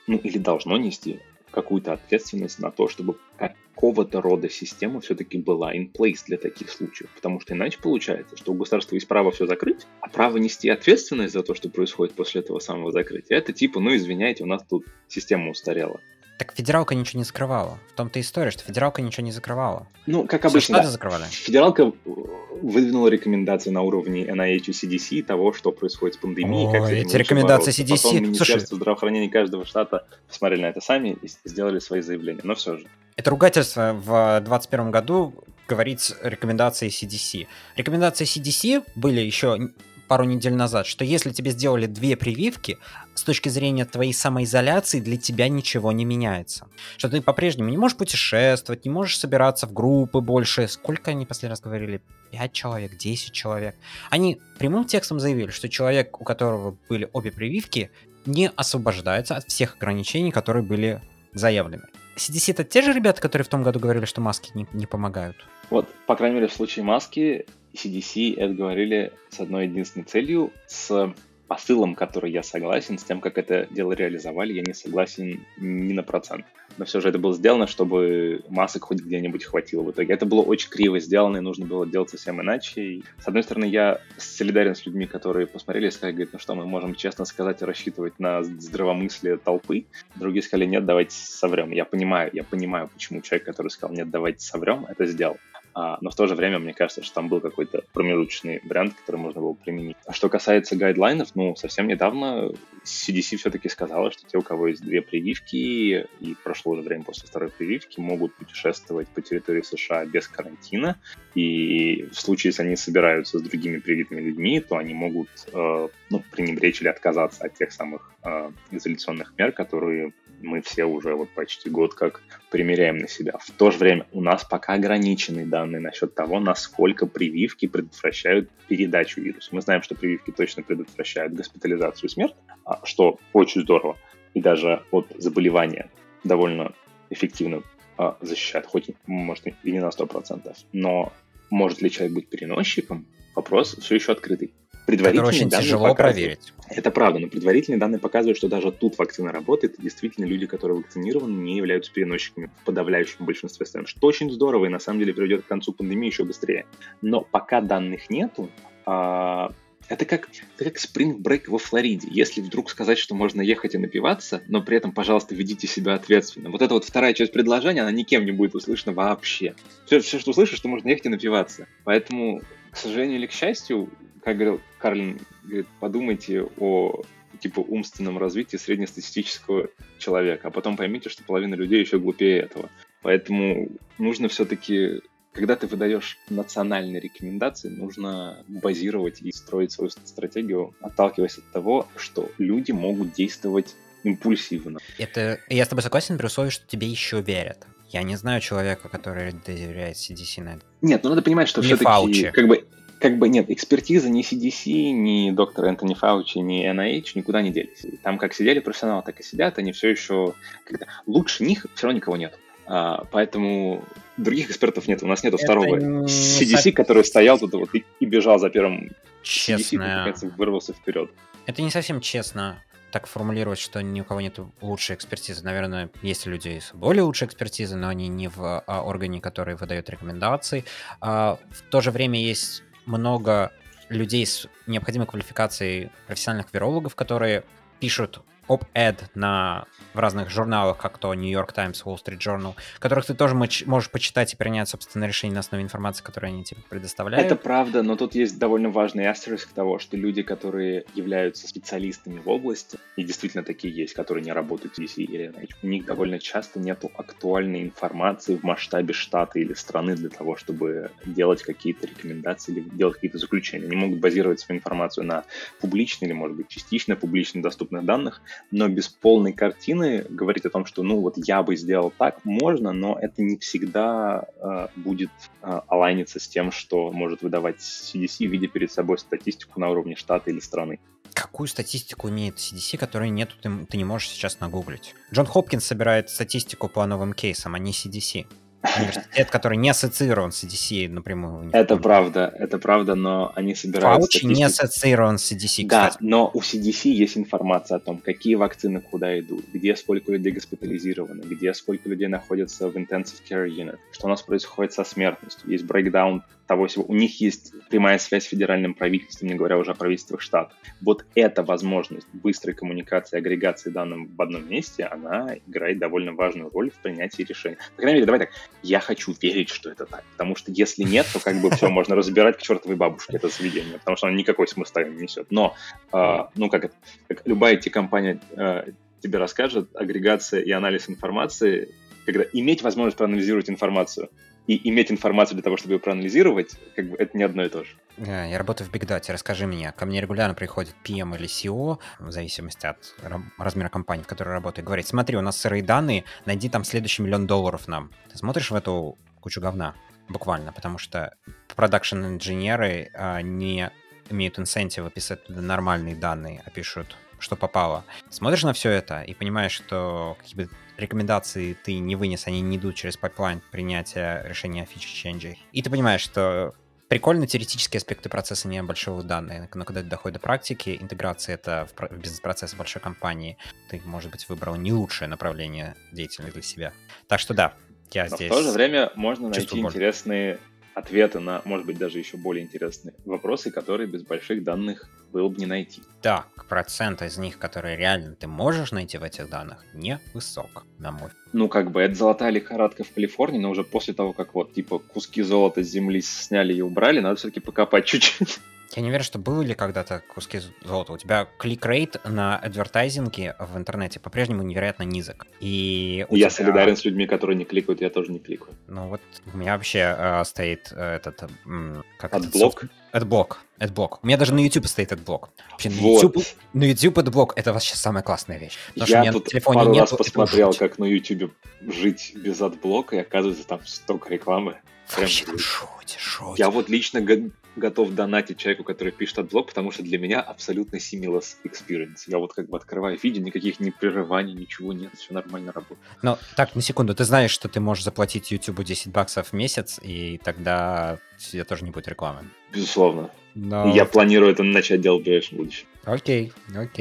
C: ну или должно нести какую-то ответственность на то, чтобы какого-то рода система все-таки была in place для таких случаев. Потому что иначе получается, что у государства есть право все закрыть, а право нести ответственность за то, что происходит после этого самого закрытия, это типа, ну извиняйте, у нас тут система устарела.
B: Так федералка ничего не закрывала. В том-то и история, что федералка ничего не закрывала.
C: Ну, как
B: Все
C: обычно,
B: штаты
C: да.
B: закрывали.
C: Федералка выдвинула рекомендации на уровне NIH и CDC того, что происходит с пандемией, как с этим
B: Эти рекомендации
C: лучше бороться.
B: CDC...
C: Потом Министерство здравоохранения каждого штата посмотрели на это сами и сделали свои заявления. Но все же.
B: Это ругательство в 2021 году говорить рекомендации CDC. Рекомендации CDC были еще пару недель назад, что если тебе сделали 2 прививки, с точки зрения твоей самоизоляции для тебя ничего не меняется. Что ты по-прежнему не можешь путешествовать, не можешь собираться в группы больше. Сколько они последний раз говорили? 5 человек, 10 человек. Они прямым текстом заявили, что человек, у которого были обе прививки, не освобождается от всех ограничений, которые были заявлены. CDC — это те же ребята, которые в том году говорили, что маски не помогают?
C: Вот, по крайней мере, в случае маски CDC это говорили с одной единственной целью, с посылом, который я согласен, с тем, как это дело реализовали, я не согласен ни на процент. Но все же это было сделано, чтобы масок хоть где-нибудь хватило в итоге. Это было очень криво сделано, и нужно было делать совсем иначе. И, с одной стороны, я солидарен с людьми, которые посмотрели и сказали, говорят, ну что, мы можем честно сказать и рассчитывать на здравомыслие толпы. Другие сказали, нет, давайте соврем. Я понимаю, почему человек, который сказал, нет, давайте соврем, это сделал. Но в то же время, мне кажется, что там был какой-то промежуточный вариант, который можно было применить. А что касается гайдлайнов, ну, совсем недавно CDC все-таки сказала, что те, у кого есть 2 прививки, и прошло уже время после 2-й прививки, могут путешествовать по территории США без карантина. И в случае, если они собираются с другими привитыми людьми, то они могут пренебречь или отказаться от тех самых изоляционных мер, которые мы все уже вот почти год как примеряем на себя. В то же время у нас пока ограниченные данные насчет того, насколько прививки предотвращают передачу вируса. Мы знаем, что прививки точно предотвращают госпитализацию и смерть, что очень здорово, и даже от заболевания довольно эффективно защищает, хоть, может, и не на 100%. Но может ли человек быть переносчиком? Вопрос все еще открытый.
B: Это очень тяжело проверить.
C: Это правда, но предварительные данные показывают, что даже тут вакцина работает, и действительно люди, которые вакцинированы, не являются переносчиками в подавляющем большинстве стран, что очень здорово и на самом деле приведет к концу пандемии еще быстрее. Но пока данных нету, это как спринг-брейк во Флориде. Если вдруг сказать, что можно ехать и напиваться, но при этом, пожалуйста, ведите себя ответственно. Вот эта вот вторая часть предложения, она никем не будет услышана вообще. Все, что услышишь, что можно ехать и напиваться. Поэтому, к сожалению или к счастью, как говорил Карлин, говорит, подумайте о умственном развитии среднестатистического человека, а потом поймите, что половина людей еще глупее этого. Поэтому нужно все-таки, когда ты выдаешь национальные рекомендации, нужно базировать и строить свою стратегию, отталкиваясь от того, что люди могут действовать импульсивно.
B: Это я с тобой согласен при условии, что тебе еще верят. Я не знаю человека, который доверяет CDC на это.
C: Нет, надо понимать, что все-таки
B: Фаучи.
C: Нет, экспертиза ни CDC, ни доктор Энтони Фаучи, ни NIH никуда не делись. Там как сидели профессионалы, так и сидят, они все еще... Лучше них все равно никого нет. Поэтому других экспертов нет. У нас нету второго CDC, который стоял тут вот и бежал за первым CDC, наконец, вырвался вперед.
B: Это не совсем честно так формулировать, что ни у кого нет лучшей экспертизы. Наверное, есть люди с более лучшей экспертизой, но они не в органе, который выдает рекомендации. В то же время есть много людей с необходимой квалификацией профессиональных вирологов, которые пишут op-ed в разных журналах, как то New York Times, Wall Street Journal, которых ты тоже можешь почитать и принять собственное решение на основе информации, которую они тебе предоставляют.
C: Это правда, но тут есть довольно важный астериск того, что люди, которые являются специалистами в области, и действительно такие есть, которые не работают в CDC или NIH, у них довольно часто нету актуальной информации в масштабе штата или страны для того, чтобы делать какие-то рекомендации или делать какие-то заключения. Они могут базировать свою информацию на публичной или, может быть, частично публично доступных данных, но без полной картины говорить о том, что, я бы сделал так, можно, но это не всегда будет алайниться с тем, что может выдавать CDC, видя перед собой статистику на уровне штата или страны.
B: Какую статистику имеет CDC, которой нету, ты не можешь сейчас нагуглить? Джон Хопкинс собирает статистику по новым кейсам, а не CDC. Университет, который не ассоциирован с CDC напрямую.
C: Это правда, но они собирают
B: Фаучи не ассоциирован с CDC,
C: да,
B: кстати.
C: но у CDC есть информация о том, какие вакцины куда идут, где сколько людей госпитализировано, где сколько людей находятся в intensive care unit, что у нас происходит со смертностью. Есть брейкдаун того всего. У них есть прямая связь с федеральным правительством, не говоря уже о правительствах штатов. Вот эта возможность быстрой коммуникации, агрегации данных в одном месте, она играет довольно важную роль в принятии решений. По крайней мере, давай так, я хочу верить, что это так, потому что если нет, то как бы все можно разбирать к чертовой бабушке, это заведение, потому что оно никакой смысла не несет. Но, как любая IT-компания тебе расскажет, агрегация и анализ информации, когда иметь возможность проанализировать информацию и иметь информацию для того, чтобы ее проанализировать, как бы это не одно и то же.
B: Я работаю в Big Data, расскажи мне. Ко мне регулярно приходит PM или CEO, в зависимости от размера компании, в которой работаю, говорит: смотри, у нас сырые данные, найди там следующий $1 миллион нам. Ты смотришь в эту кучу говна, буквально, потому что продакшн-инженеры не имеют инсентива писать туда нормальные данные, а пишут, что попало. Смотришь на все это и понимаешь, что какие бы рекомендации ты не вынес, они не идут через пайплайн принятия решения о фичи-ченджей. И ты понимаешь, что прикольно теоретические аспекты процесса небольшого данных, но когда это доходит до практики, интеграция это в бизнес-процесс большой компании, ты, может быть, выбрал не лучшее направление деятельности для себя. Так что да, я
C: но
B: здесь...
C: в то же время можно найти интересные ответы на, может быть, даже еще более интересные вопросы, которые без больших данных было бы не найти.
B: Да, процент из них, которые реально ты можешь найти в этих данных, не высок, на мой взгляд.
C: Это золотая лихорадка в Калифорнии, но уже после того, как куски золота с земли сняли и убрали, надо все-таки покопать чуть-чуть.
B: Я не уверен, что было ли когда-то куски золота. У тебя клик-рейт на адвертайзинге в интернете по-прежнему невероятно низок. И
C: я солидарен с людьми, которые не кликают, я тоже не кликаю.
B: Ну вот у меня вообще стоит этот...
C: Адблок?
B: Адблок. У меня даже на YouTube стоит адблок. Вообще, на YouTube адблок — это вообще самая классная вещь.
C: Я тут пару раз посмотрел, как на YouTube жить без адблока, и оказывается, там столько рекламы.
B: Вообще шуть.
C: Я лично готов донатить человеку, который пишет адблок, потому что для меня абсолютно seamless experience. Я открываю видео, никаких ни прерываний, ничего нет, все нормально работает.
B: Ну, так, на секунду, ты знаешь, что ты можешь заплатить YouTube $10 в месяц, и тогда тебе тоже не будет рекламы.
C: Безусловно.
B: Но...
C: Я планирую это начать делать в ближайшем будущем.
B: Окей.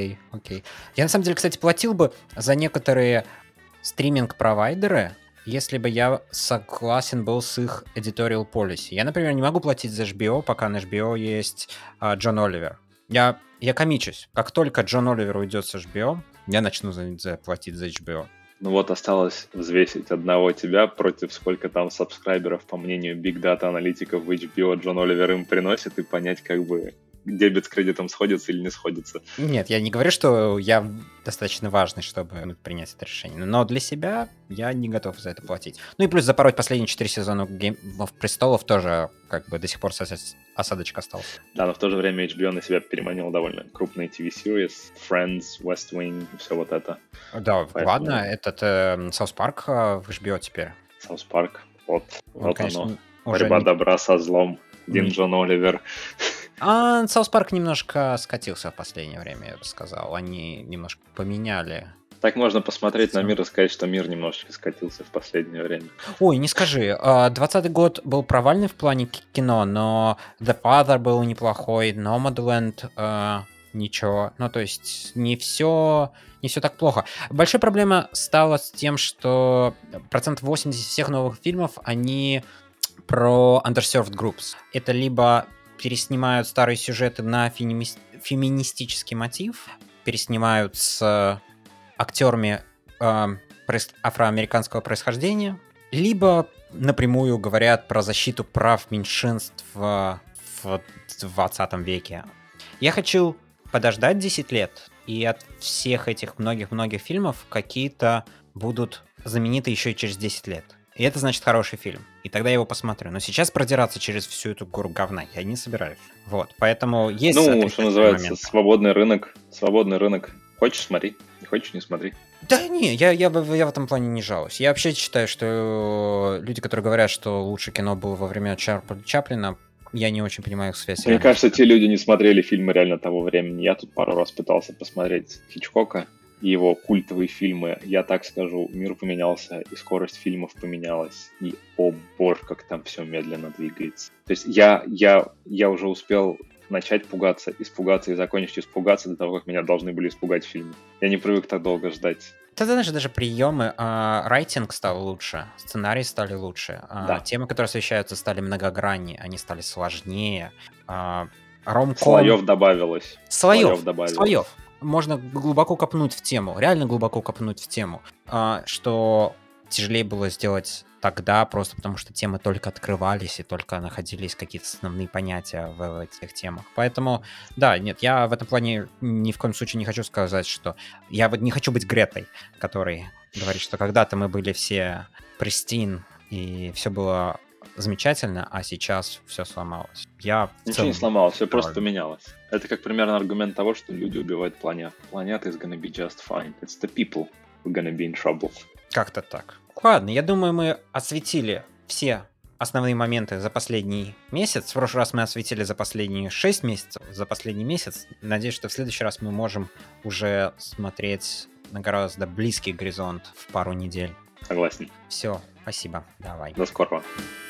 B: Я, на самом деле, кстати, платил бы за некоторые стриминг-провайдеры, если бы я согласен был с их editorial policy. Я, например, не могу платить за HBO, пока на HBO есть Джон Оливер. Я комичусь. Как только Джон Оливер уйдет с HBO, я начну платить за HBO.
C: Осталось взвесить одного тебя против сколько там сабскрайберов, по мнению Big Data аналитиков в HBO Джон Оливер им приносит, и понять, дебет с кредитом сходится или не сходится.
B: Нет, я не говорю, что я достаточно важный, чтобы принять это решение. Но для себя я не готов за это платить. Ну и плюс запороть последние 4 сезона Геймов Престолов тоже до сих пор осадочка остался. Да,
C: но в то же время HBO на себя переманил довольно крупные TV-series, Friends, West Wing, все это.
B: Да, ладно, этот South Park в HBO теперь.
C: South Park,
B: конечно,
C: оно. Борьба добра со злом. Дин Джон Оливер.
B: South Park немножко скатился в последнее время, я бы сказал. Они немножко поменяли.
C: Так можно посмотреть на мир и сказать, что мир немножечко скатился в последнее время.
B: Ой, не скажи. 2020 год был провальный в плане кино, но The Father был неплохой, Nomadland ничего. Ну, то есть не все так плохо. Большая проблема стала с тем, что 80% всех новых фильмов, они про underserved groups. Это либо переснимают старые сюжеты на феминистический мотив, переснимают с актерами афроамериканского происхождения, либо напрямую говорят про защиту прав меньшинств в 20 веке. Я хочу подождать 10 лет, и от всех этих многих-многих фильмов какие-то будут знамениты еще и через 10 лет. И это значит хороший фильм. И тогда я его посмотрю. Но сейчас продираться через всю эту гору говна я не собираюсь. Поэтому есть...
C: что называется, момент. Свободный рынок. Хочешь — смотри. Не хочешь — не смотри.
B: Да не, я в этом плане не жалуюсь. Я вообще считаю, что люди, которые говорят, что лучшее кино было во время Чаплина, я не очень понимаю их связь.
C: Мне кажется, те люди не смотрели фильмы реально того времени. Я тут пару раз пытался посмотреть Хичкока. его культовые фильмы, я так скажу, мир поменялся, и скорость фильмов поменялась, и, о боже, как там все медленно двигается. То есть я уже успел начать пугаться, испугаться и закончить испугаться до того, как меня должны были испугать фильмы. Я не привык так долго ждать.
B: Ты знаешь, даже приемы, райтинг стал лучше, сценарии стали лучше,
C: Да.
B: темы, которые освещаются, стали многограннее, они стали сложнее. Ромком...
C: Слоев добавилось.
B: Слоев. Можно глубоко копнуть в тему, реально глубоко копнуть в тему, что тяжелее было сделать тогда, просто потому что темы только открывались и только находились какие-то основные понятия в этих темах. Поэтому, да, нет, я в этом плане ни в коем случае не хочу сказать, что... Я вот не хочу быть Гретой, который говорит, что когда-то мы были все престин, и все было замечательно, а сейчас все сломалось.
C: Ничего не сломалось, все просто поменялось. Это как примерно аргумент того, что люди убивают планету. Планета is gonna be just fine. It's the people who are gonna be in trouble.
B: Как-то так. Ладно, я думаю, мы осветили все основные моменты за последний месяц. В прошлый раз мы осветили за последние 6 месяцев, за последний месяц. Надеюсь, что в следующий раз мы можем уже смотреть на гораздо близкий горизонт в пару недель.
C: Согласен.
B: Все, спасибо. Давай.
C: До скорого.